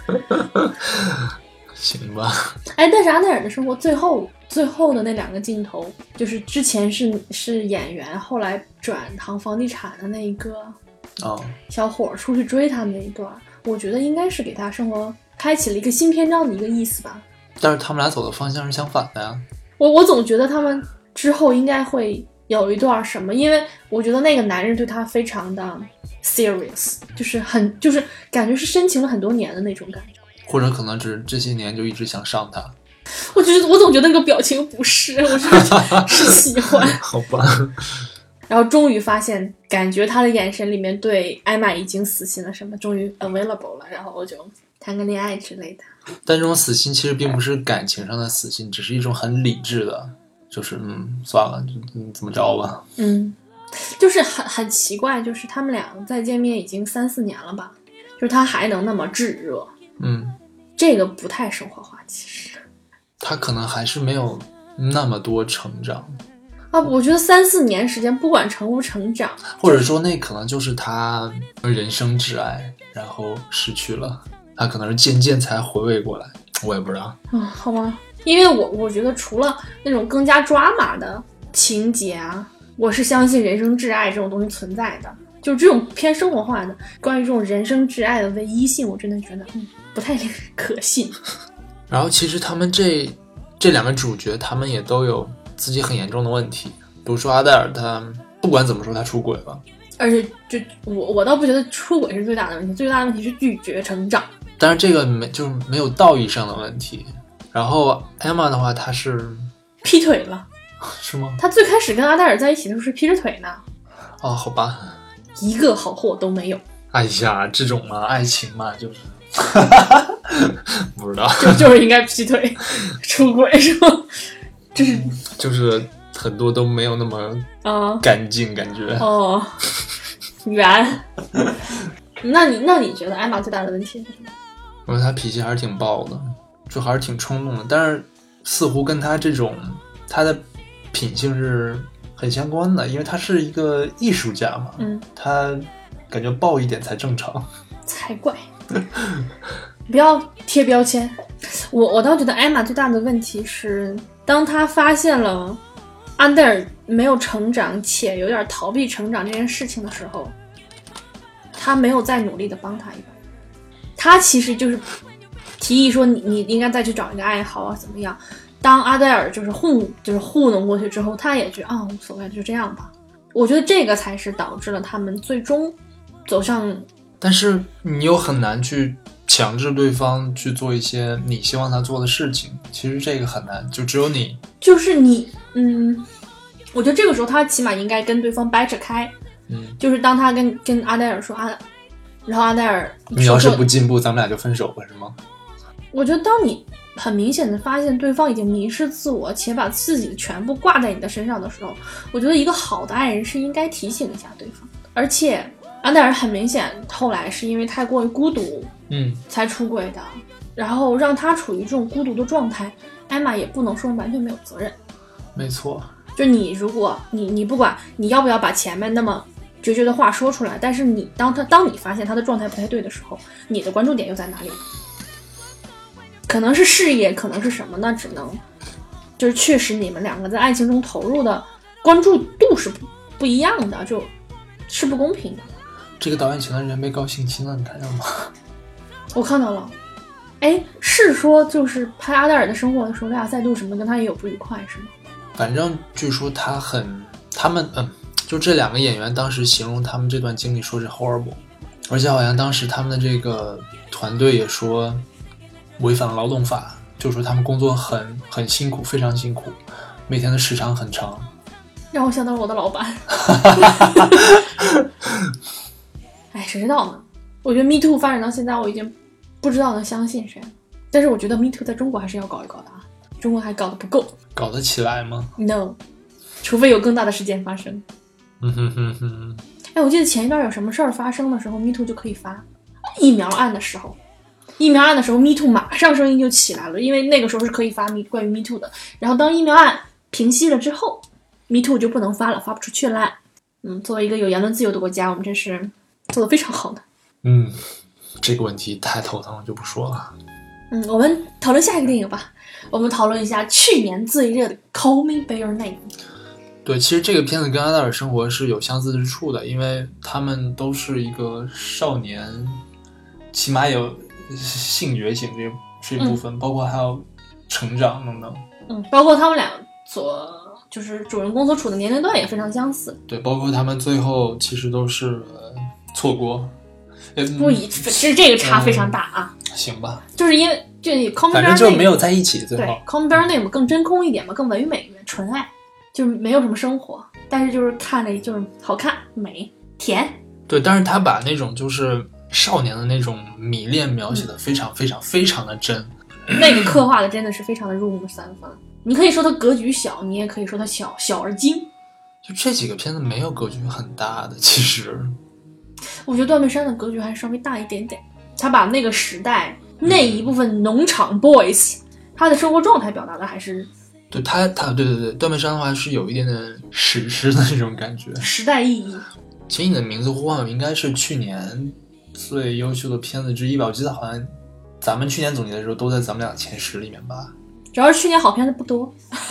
行吧。 哎，但是阿黛尔的生活最后最后的那两个镜头，就是之前是是演员，后来转行房地产的那一个哦， 小伙出去追他那一段，我觉得应该是给他生活开启了一个新篇章的一个意思吧。 但是他们俩走的方向是相反的呀。 我我总觉得他们之后应该会有一段什么，因为我觉得那个男人对他非常的 serious， 就是很就是感觉是深情了很多年的那种感觉， 或者可能只是这些年就一直想上他。 我觉得我总觉得那个表情不是，我是是喜欢。 好吧。 然后终于发现，感觉他的眼神里面对艾玛已经死心了，什么终于 available 了，然后我就谈个恋爱之类的。 但这种死心其实并不是感情上的死心，只是一种很理智的，就是嗯，算了，就嗯怎么着吧。 嗯，就是很很奇怪，就是他们俩再见面已经三四年了吧，就是他还能那么炙热。 嗯， 这个不太生活化，其实。 他可能还是没有那么多成长啊，我觉得三四年时间不管成不成长， 或者说那可能就是他人生挚爱然后失去了，他可能是渐渐才回味过来，我也不知道啊，好吧，因为我我觉得除了那种更加抓马的情节啊，我是相信人生挚爱这种东西存在的，就是这种偏生活化的关于这种人生挚爱的唯一性，我真的觉得嗯不太可信。 然后其实他们这这两个主角他们也都有自己很严重的问题，比如说阿黛尔，他不管怎么说他出轨了， 而且就我我倒不觉得出轨是最大的问题，最大的问题是拒绝成长。 但是这个没就是没有道义上的问题。然后 Emma 的话，她是劈腿了， 是吗？ 她最开始跟阿黛尔在一起的时候是劈着腿呢。 哦，好吧， 一个好货都没有。 哎呀，这种嘛，爱情嘛，就是不知道， 就就是应该劈腿，出轨是吗？就是就是很多都没有那么啊干净，感觉哦，圆。那你那你觉得艾玛最大的问题是什么？ 我觉得他脾气还是挺暴的，就还是挺冲动的，但是似乎跟他这种他的品性是很相关的，因为他是一个艺术家嘛， 嗯， 他感觉暴一点才正常， 才怪。不要贴标签。我我倒觉得艾玛最大的问题是，当他发现了安德尔没有成长且有点逃避成长这件事情的时候，他没有再努力的帮他一把。他其实就是提议说你你应该再去找一个爱好啊怎么样。当阿黛尔就是糊就是糊弄过去之后，他也觉得啊无所谓，就这样吧。我觉得这个才是导致了他们最终走上。 但是你又很难去强制对方去做一些你希望他做的事情，其实这个很难，就只有你就是你嗯，我觉得这个时候他起码应该跟对方掰扯开， 嗯， 就是当他跟跟阿黛尔说啊，然后阿黛尔你要是不进步咱们俩就分手了是吗？ 我觉得当你很明显的发现对方已经迷失自我且把自己的全部挂在你的身上的时候，我觉得一个好的爱人是应该提醒一下对方的。而且安黛尔很明显后来是因为太过于孤独嗯， 才出轨的，然后让他处于这种孤独的状态，艾玛也不能说完全没有责任。 没错， 就你如果你你不管你要不要把前面那么决绝的话说出来，但是你当他当你发现他的状态不太对的时候，你的关注点又在哪里？可能是事业，可能是什么呢？只能就是确实你们两个在爱情中投入的关注度是不不一样的，就是不公平的。 这个导演请的人被告性侵了，你看到吗？ 我看到了。哎，是说就是拍阿黛尔的生活的时候，俩赛杜什么跟他也有不愉快是吗？ 反正据说他很他们嗯，就这两个演员当时形容他们这段经历说是 horrible， 而且好像当时他们的这个团队也说违反了劳动法，就说他们工作很很辛苦，非常辛苦，每天的时长很长， 让我想到了我的老板。哎，谁知道呢？我觉得 Me Too 发展到现在，我已经不知道能相信谁了。但是我觉得 Me Too 在中国还是要搞一搞的啊，中国还搞得不够。 搞得起来吗 ？No， 除非有更大的事件发生。 嗯哼哼哼。 哎，我记得前一段有什么事儿发生的时候 ，Me Too 就可以发。疫苗案的时候，疫苗案的时候 ，Me Too 马上声音就起来了，因为那个时候是可以发关于 Me Too 的。然后当疫苗案平息了之后 ，Me Too 就不能发了，发不出去了。嗯，作为一个有言论自由的国家，我们真是做得非常好的。 嗯，这个问题太头疼了，就不说了。 嗯，我们讨论下一个电影吧。我们讨论一下去年最热的《Call Me by Your Name》。 对，其实这个片子跟阿黛尔生活是有相似之处的，因为他们都是一个少年，起码有性觉醒这这一部分、嗯，包括还有成长等等。嗯， 包括他们俩所就是主人公所处的年龄段也非常相似。 对，包括他们最后其实都是、呃、错过。 不以，其实这个差非常大啊。 嗯、行吧， 就是因为就你 Call Me by Your Name， 反正就没有在一起。最后对 Call Me by Your Name 更真空一点嘛，更唯美，纯爱，就是没有什么生活，但是就是看着就是好看、美、甜。 对，但是他把那种就是少年的那种迷恋描写的非常非常非常的真， 那个刻画的真的是非常的入木三分。你可以说它格局小，你也可以说它小小而精。 就这几个片子没有格局很大的，其实。 我觉得断背山的格局还是稍微大一点点，他把那个时代那一部分农场 boys、嗯、他的生活状态表达的还是对他他对对对，断背山的话是有一点点史诗的那种感觉， 时代意义。 请你的名字呼唤我应该是去年最优秀的片子之一吧，我记得好像咱们去年总结的时候都在咱们俩前十里面吧。 主要是去年好片子不多。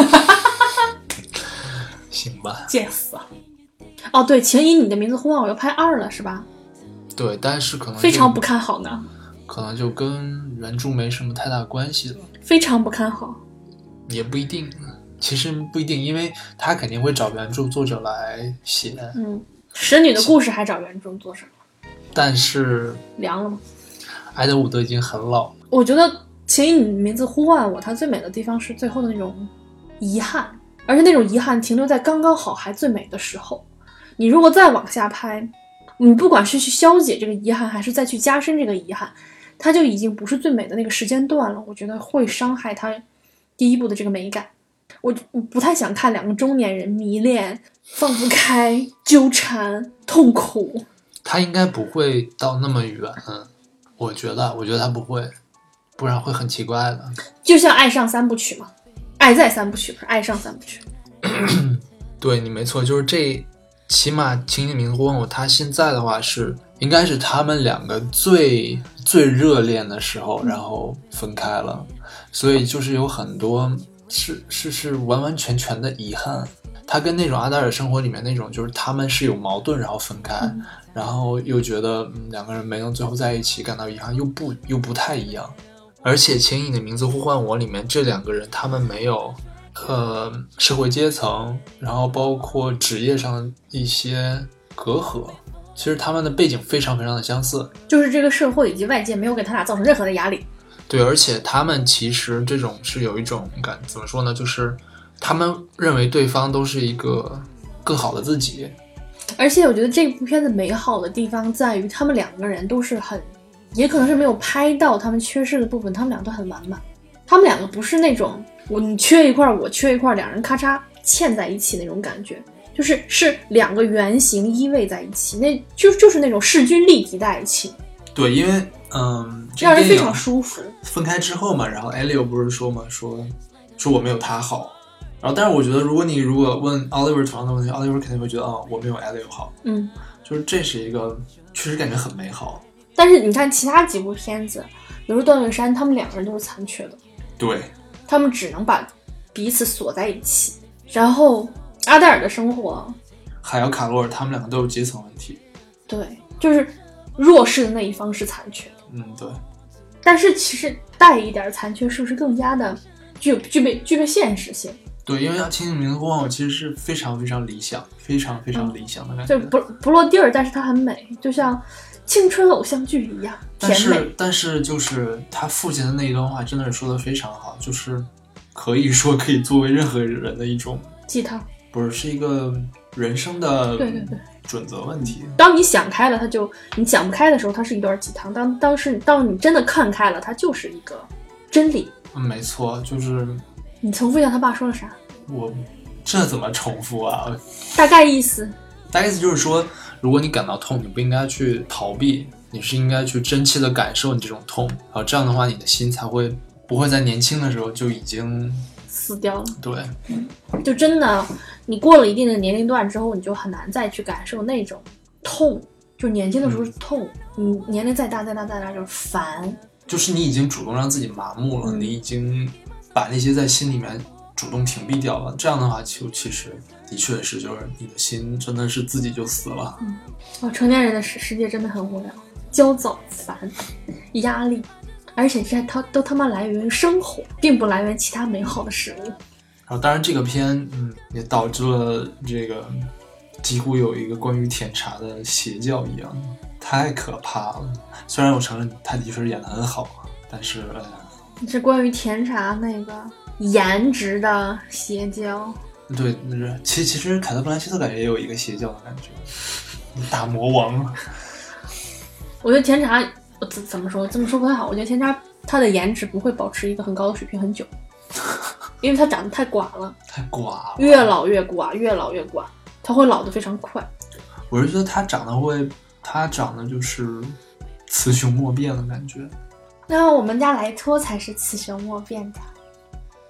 行吧， 贱死了。哦，对，请以你的名字呼唤我要拍二了是吧？ 对，但是可能非常不看好呢， 可能就跟原著没什么太大关系了。 非常不看好， 也不一定，其实不一定，因为他肯定会找原著作者来写。 嗯，使女的故事还找原著作者， 但是凉了吗？ 埃德伍德已经很老了。 我觉得请以你的名字呼唤我，它最美的地方是最后的那种遗憾，而且那种遗憾停留在刚刚好还最美的时候。你如果再往下拍，你不管是去消解这个遗憾还是再去加深这个遗憾，它就已经不是最美的那个时间段了，我觉得会伤害它第一部的这个美感。我不太想看两个中年人迷恋、放不开、纠缠、痛苦。 他应该不会到那么远，我觉得我觉得他不会，不然会很奇怪的。 就像爱上三部曲嘛，爱在三部曲不是爱上三部曲。 对，你没错，就是这起码请你名字呼唤我，他现在的话是应该是他们两个最最热恋的时候，然后分开了，所以就是有很多是是是完完全全的遗憾。他跟那种阿黛尔生活里面那种就是他们是有矛盾然后分开，嗯、然后又觉得、嗯、两个人没能最后在一起感到遗憾，又不又不太一样。而且请你的名字呼唤我里面这两个人他们没有呃社会阶层，然后包括职业上的一些隔阂，其实他们的背景非常非常的相似， 就是这个社会以及外界没有给他俩造成任何的压力。 对，而且他们其实这种是有一种感，怎么说呢，就是他们认为对方都是一个更好的自己。 而且我觉得这部片子美好的地方在于他们两个人都是很，也可能是没有拍到他们缺失的部分，他们俩都很完满。他们两个不是那种我你缺一块我缺一块，两人咔嚓嵌在一起那种感觉，就是是两个圆形依偎在一起，那就就是那种势均力敌的爱情。 对，因为嗯， 让人非常舒服。 分开之后嘛，然后艾利欧不是说嘛，说说我没有他好，然后但是我觉得如果你如果问 Oliver 同样的问题 ，Oliver 肯定会觉得啊、哦，我没有艾利欧好。 嗯， 就是这是一个确实感觉很美好。 但是你看其他几部片子，比如说断背山，他们两个人都是残缺的。 对， 他们只能把彼此锁在一起。然后阿黛尔的生活， 还有卡罗尔，他们两个都有阶层问题。 对，就是弱势的那一方是残缺的。 嗯，对。 但是其实带一点残缺是不是更加的具有具备具备现实性？ 对，因为要亲近名字呼唤我，其实是非常非常理想，非常非常理想的感觉。 嗯、就不不落地儿，但是它很美，就像青春偶像剧一样甜美。 但是但是就是他父亲的那一段话真的是说的非常好，就是可以说可以作为任何人的一种鸡汤， 不是是一个人生的对对对准则问题。 当你想开了，它就你想不开的时候，它是一段鸡汤；当当是当你真的看开了，它就是一个真理。 嗯，没错，就是你重复一下他爸说了啥？ 我这怎么重复啊？ 大概意思， 大概意思就是说，如果你感到痛，你不应该去逃避，你是应该去真切的感受你这种痛，然后这样的话，你的心才会不会在年轻的时候就已经死掉了。 对， 就真的你过了一定的年龄段之后，你就很难再去感受那种痛。就年轻的时候是痛，你、嗯、年龄再大再大再大就是烦， 就是你已经主动让自己麻木了、嗯、你已经把那些在心里面主动屏蔽掉了，这样的话就其实的确是就是你的心真的是自己就死了。 嗯，哦，成年人的世世界真的很无聊，焦躁、烦、压力，而且这它都他妈来源于生活，并不来源其他美好的事物。 然后当然这个片嗯也导致了这个几乎有一个关于甜茶的邪教一样，太可怕了。虽然我承认他的确演得很好，但是哎呀， 是关于甜茶那个颜值的邪教。 对，其实其实凯特·布兰切特感觉也有一个邪教的感觉，大魔王。 我觉得甜茶怎怎么说这么说不太好，我觉得甜茶他的颜值不会保持一个很高的水平很久，因为他长得太寡了， 太寡了， 越老越寡，越老越寡，他会老得非常快。 我是觉得他长得会，他长得就是雌雄莫辨的感觉。 那我们家莱托才是雌雄莫辨的。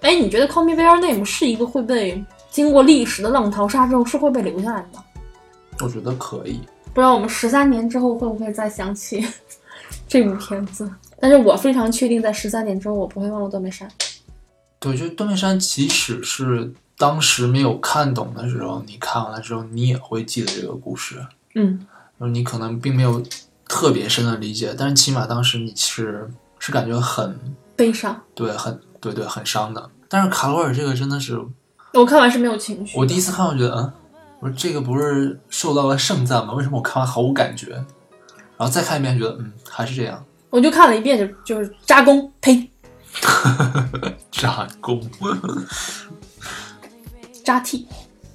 哎，你觉得 Call Me by Your Name 是一个会被经过历史的浪淘沙之后是会被留下来的吗？ 我觉得可以。 不知道我们十三年之后会不会再想起这部片子？但是我非常确定，在十三年之后我不会忘了断背山。 对，就断背山，即使是当时没有看懂的时候，你看完了之后，你也会记得这个故事。 嗯， 你可能并没有特别深的理解，但是起码当时你是是感觉很悲伤， 对，很对对，很伤的。但是卡罗尔这个真的是， 我看完是没有情绪。 我第一次看，我觉得，嗯，我说这个不是受到了盛赞吗？为什么我看完毫无感觉？然后再看一遍，觉得嗯，还是这样。 我就看了一遍，就就是扎工，呸， 扎工， 扎 T。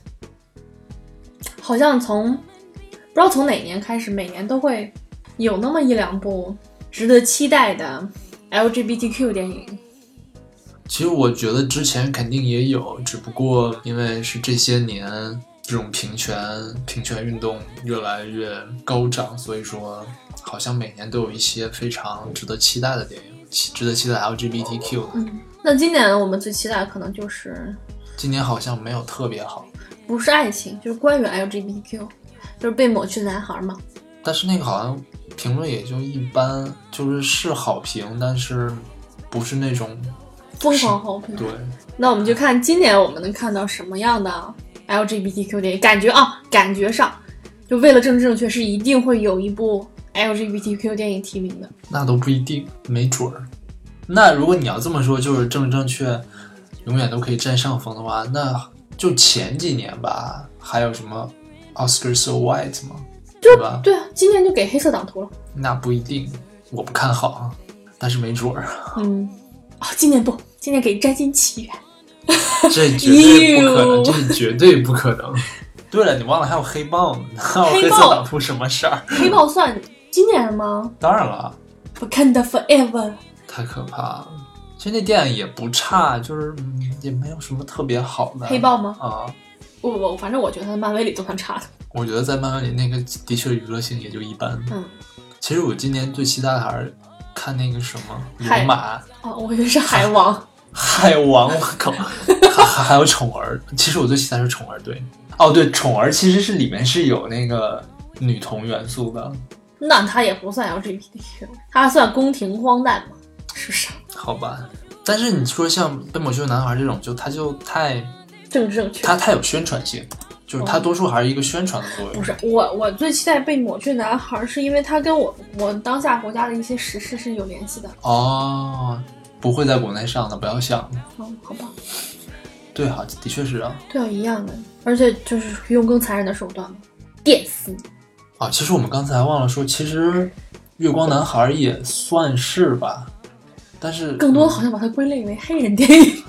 好像从不知道从哪年开始，每年都会有那么一两部值得期待的 L G B T Q 电影。 其实我觉得之前肯定也有，只不过因为是这些年这种平权平权运动越来越高涨，所以说好像每年都有一些非常值得期待的电影，值得期待 L G B T Q 的。 嗯，那今年我们最期待的可能就是今年好像没有特别好， 不是爱情，就是关于 L G B T Q， 就是被抹去的男孩嘛。 但是那个好像评论也就一般，就是是好评，但是不是那种疯狂好评。 对， 那我们就看今年我们能看到什么样的 L G B T Q 电影。感觉啊，感觉上就为了政治正确是一定会有一部 L G B T Q 电影提名的。 那都不一定，没准儿。那如果你要这么说，就是政治正确永远都可以占上风的话，那就前几年吧，还有什么 Oscar So White 吗？对吧？ 对啊，今年就给黑色党徒了。 那不一定，我不看好啊，但是没准儿。 嗯，哦，今年不，今年给摘金奇缘。 这绝对不可能，这绝对不可能。对了，你忘了还有黑豹呢，还有黑色党徒什么事儿？ 黑豹算今年吗？ 当然了， 我看的 Forever 太可怕了。其实那电影也不差，就是、嗯、也没有什么特别好的。 黑豹吗？ 啊， 我我反正我觉得它漫威里都算差的。 我觉得在漫威里那个的确娱乐性也就一般。 嗯， 其实我今年最期待的还是看那个什么罗马。 哦，我以为是海王。 海王，我靠，还还有宠儿。其实我最期待是宠儿，对。哦，对，宠儿其实是里面是有那个女同元素的。 那它也不算 L G B T Q， 它算宫廷荒诞嘛？是不是？ 好吧，但是你说像被抹去的男孩这种，就他就太政治正确， 他太有宣传性，就是他多数还是一个宣传的作用。 不是我，我最期待被抹去的男孩，是因为他跟我我当下国家的一些时事是有联系的。 哦，不会在国内上的，不要想。 哦，好吧。 对，好，的确是啊。 对啊，一样的，而且就是用更残忍的手段嘛，电死。 啊，其实我们刚才忘了说，其实月光男孩也算是吧，但是更多好像把它归类为黑人电影。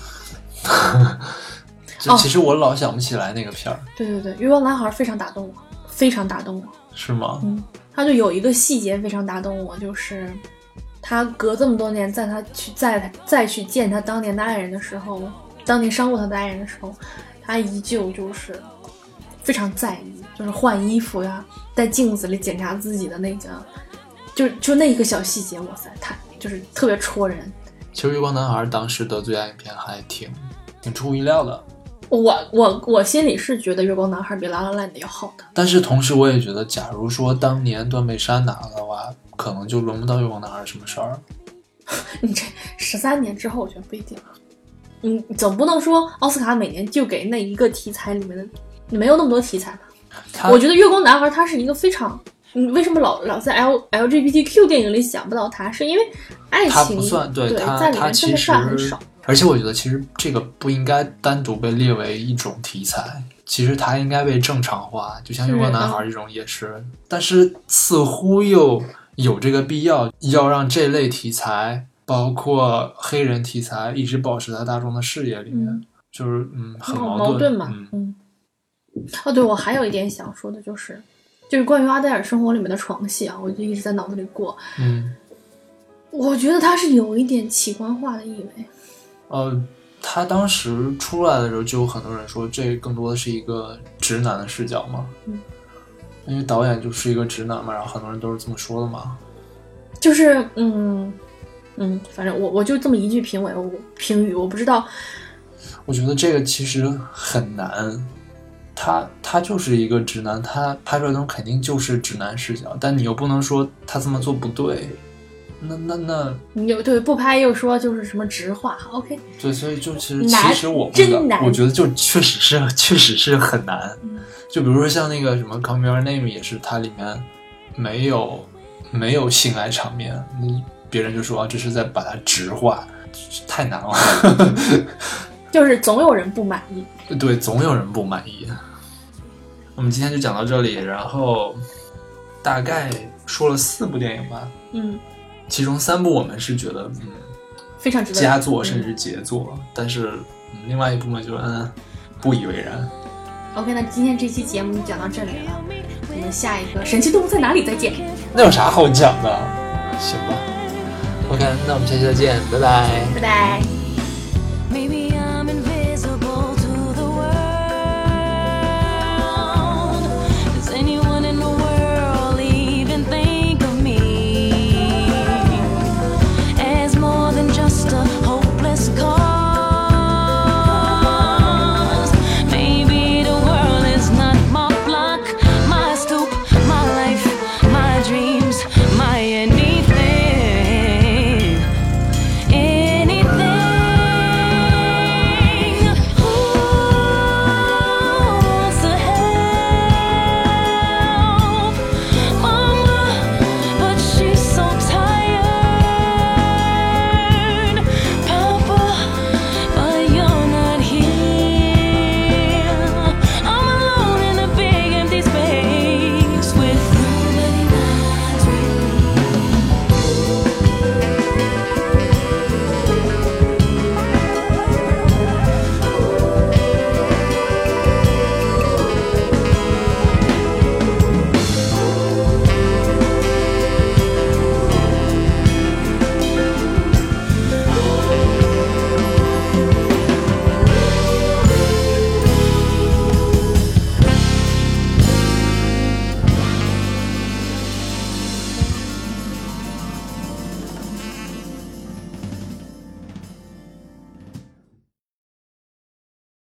这其实我老想不起来那个片儿。 哦。对对对，月光男孩非常打动我，非常打动我。 是吗？ 嗯，他就有一个细节非常打动我，就是他隔这么多年，在他去再再去见他当年的爱人的时候，当年伤过他的爱人的时候，他依旧就是非常在意，就是换衣服呀，在镜子里检查自己的那个，就就那一个小细节，哇塞，他就是特别戳人。 其实月光男孩当时得最佳影片还挺挺出乎意料的。 我我我心里是觉得月光男孩比拉拉烂的要好的， 但是同时我也觉得，假如说当年断背山拿了的话，可能就轮不到月光男孩什么事儿。 你这十三年之后，我觉得不一定。你总不能说奥斯卡每年就给那一个题材里面的，没有那么多题材吧？我觉得月光男孩他是一个非常，你为什么老老在 L L G B T Q 电影里想不到他？是因为爱情他不算，对， 对他在里面真的占很少。 而且我觉得其实这个不应该单独被列为一种题材，其实它应该被正常化，就像月光男孩这种也是、嗯、但是似乎又有这个必要，要让这类题材包括黑人题材一直保持在大众的视野里面、嗯、就是嗯很矛盾、 矛盾嘛。 嗯嗯。哦，对，我还有一点想说的就是就是关于阿黛尔生活里面的床戏啊，我就一直在脑子里过。 嗯， 我觉得它是有一点奇观化的意味。 呃，他当时出来的时候就有很多人说这更多的是一个直男的视角嘛， 嗯， 因为导演就是一个直男嘛，然后很多人都是这么说的嘛。 就是嗯嗯，反正我我就这么一句评委我评语，我不知道我觉得这个其实很难。他他就是一个直男，他拍出来的东西肯定就是直男视角，但你又不能说他这么做不对，那那那你有对不拍又说就是什么直话 ，OK？ 对，所以就其实难其实我不真难， 我觉得就确实是确实是很难。嗯、就比如说像那个什么《Call Me Your Name》也是，它里面没有没有性爱场面，别人就说啊这是在把它直化，太难了。 就是总有人不满意。 对，总有人不满意。我们今天就讲到这里，然后大概说了四部电影吧， 嗯， 其中三部我们是觉得嗯非常值得佳作甚至杰作，嗯、但是、嗯、另外一部分就嗯不以为然。 OK， 那今天这期节目就讲到这里了，我们下一个神奇动物在哪里再见。 那有啥好讲的？行吧 ，OK， 那我们下期再见，拜拜， 拜拜。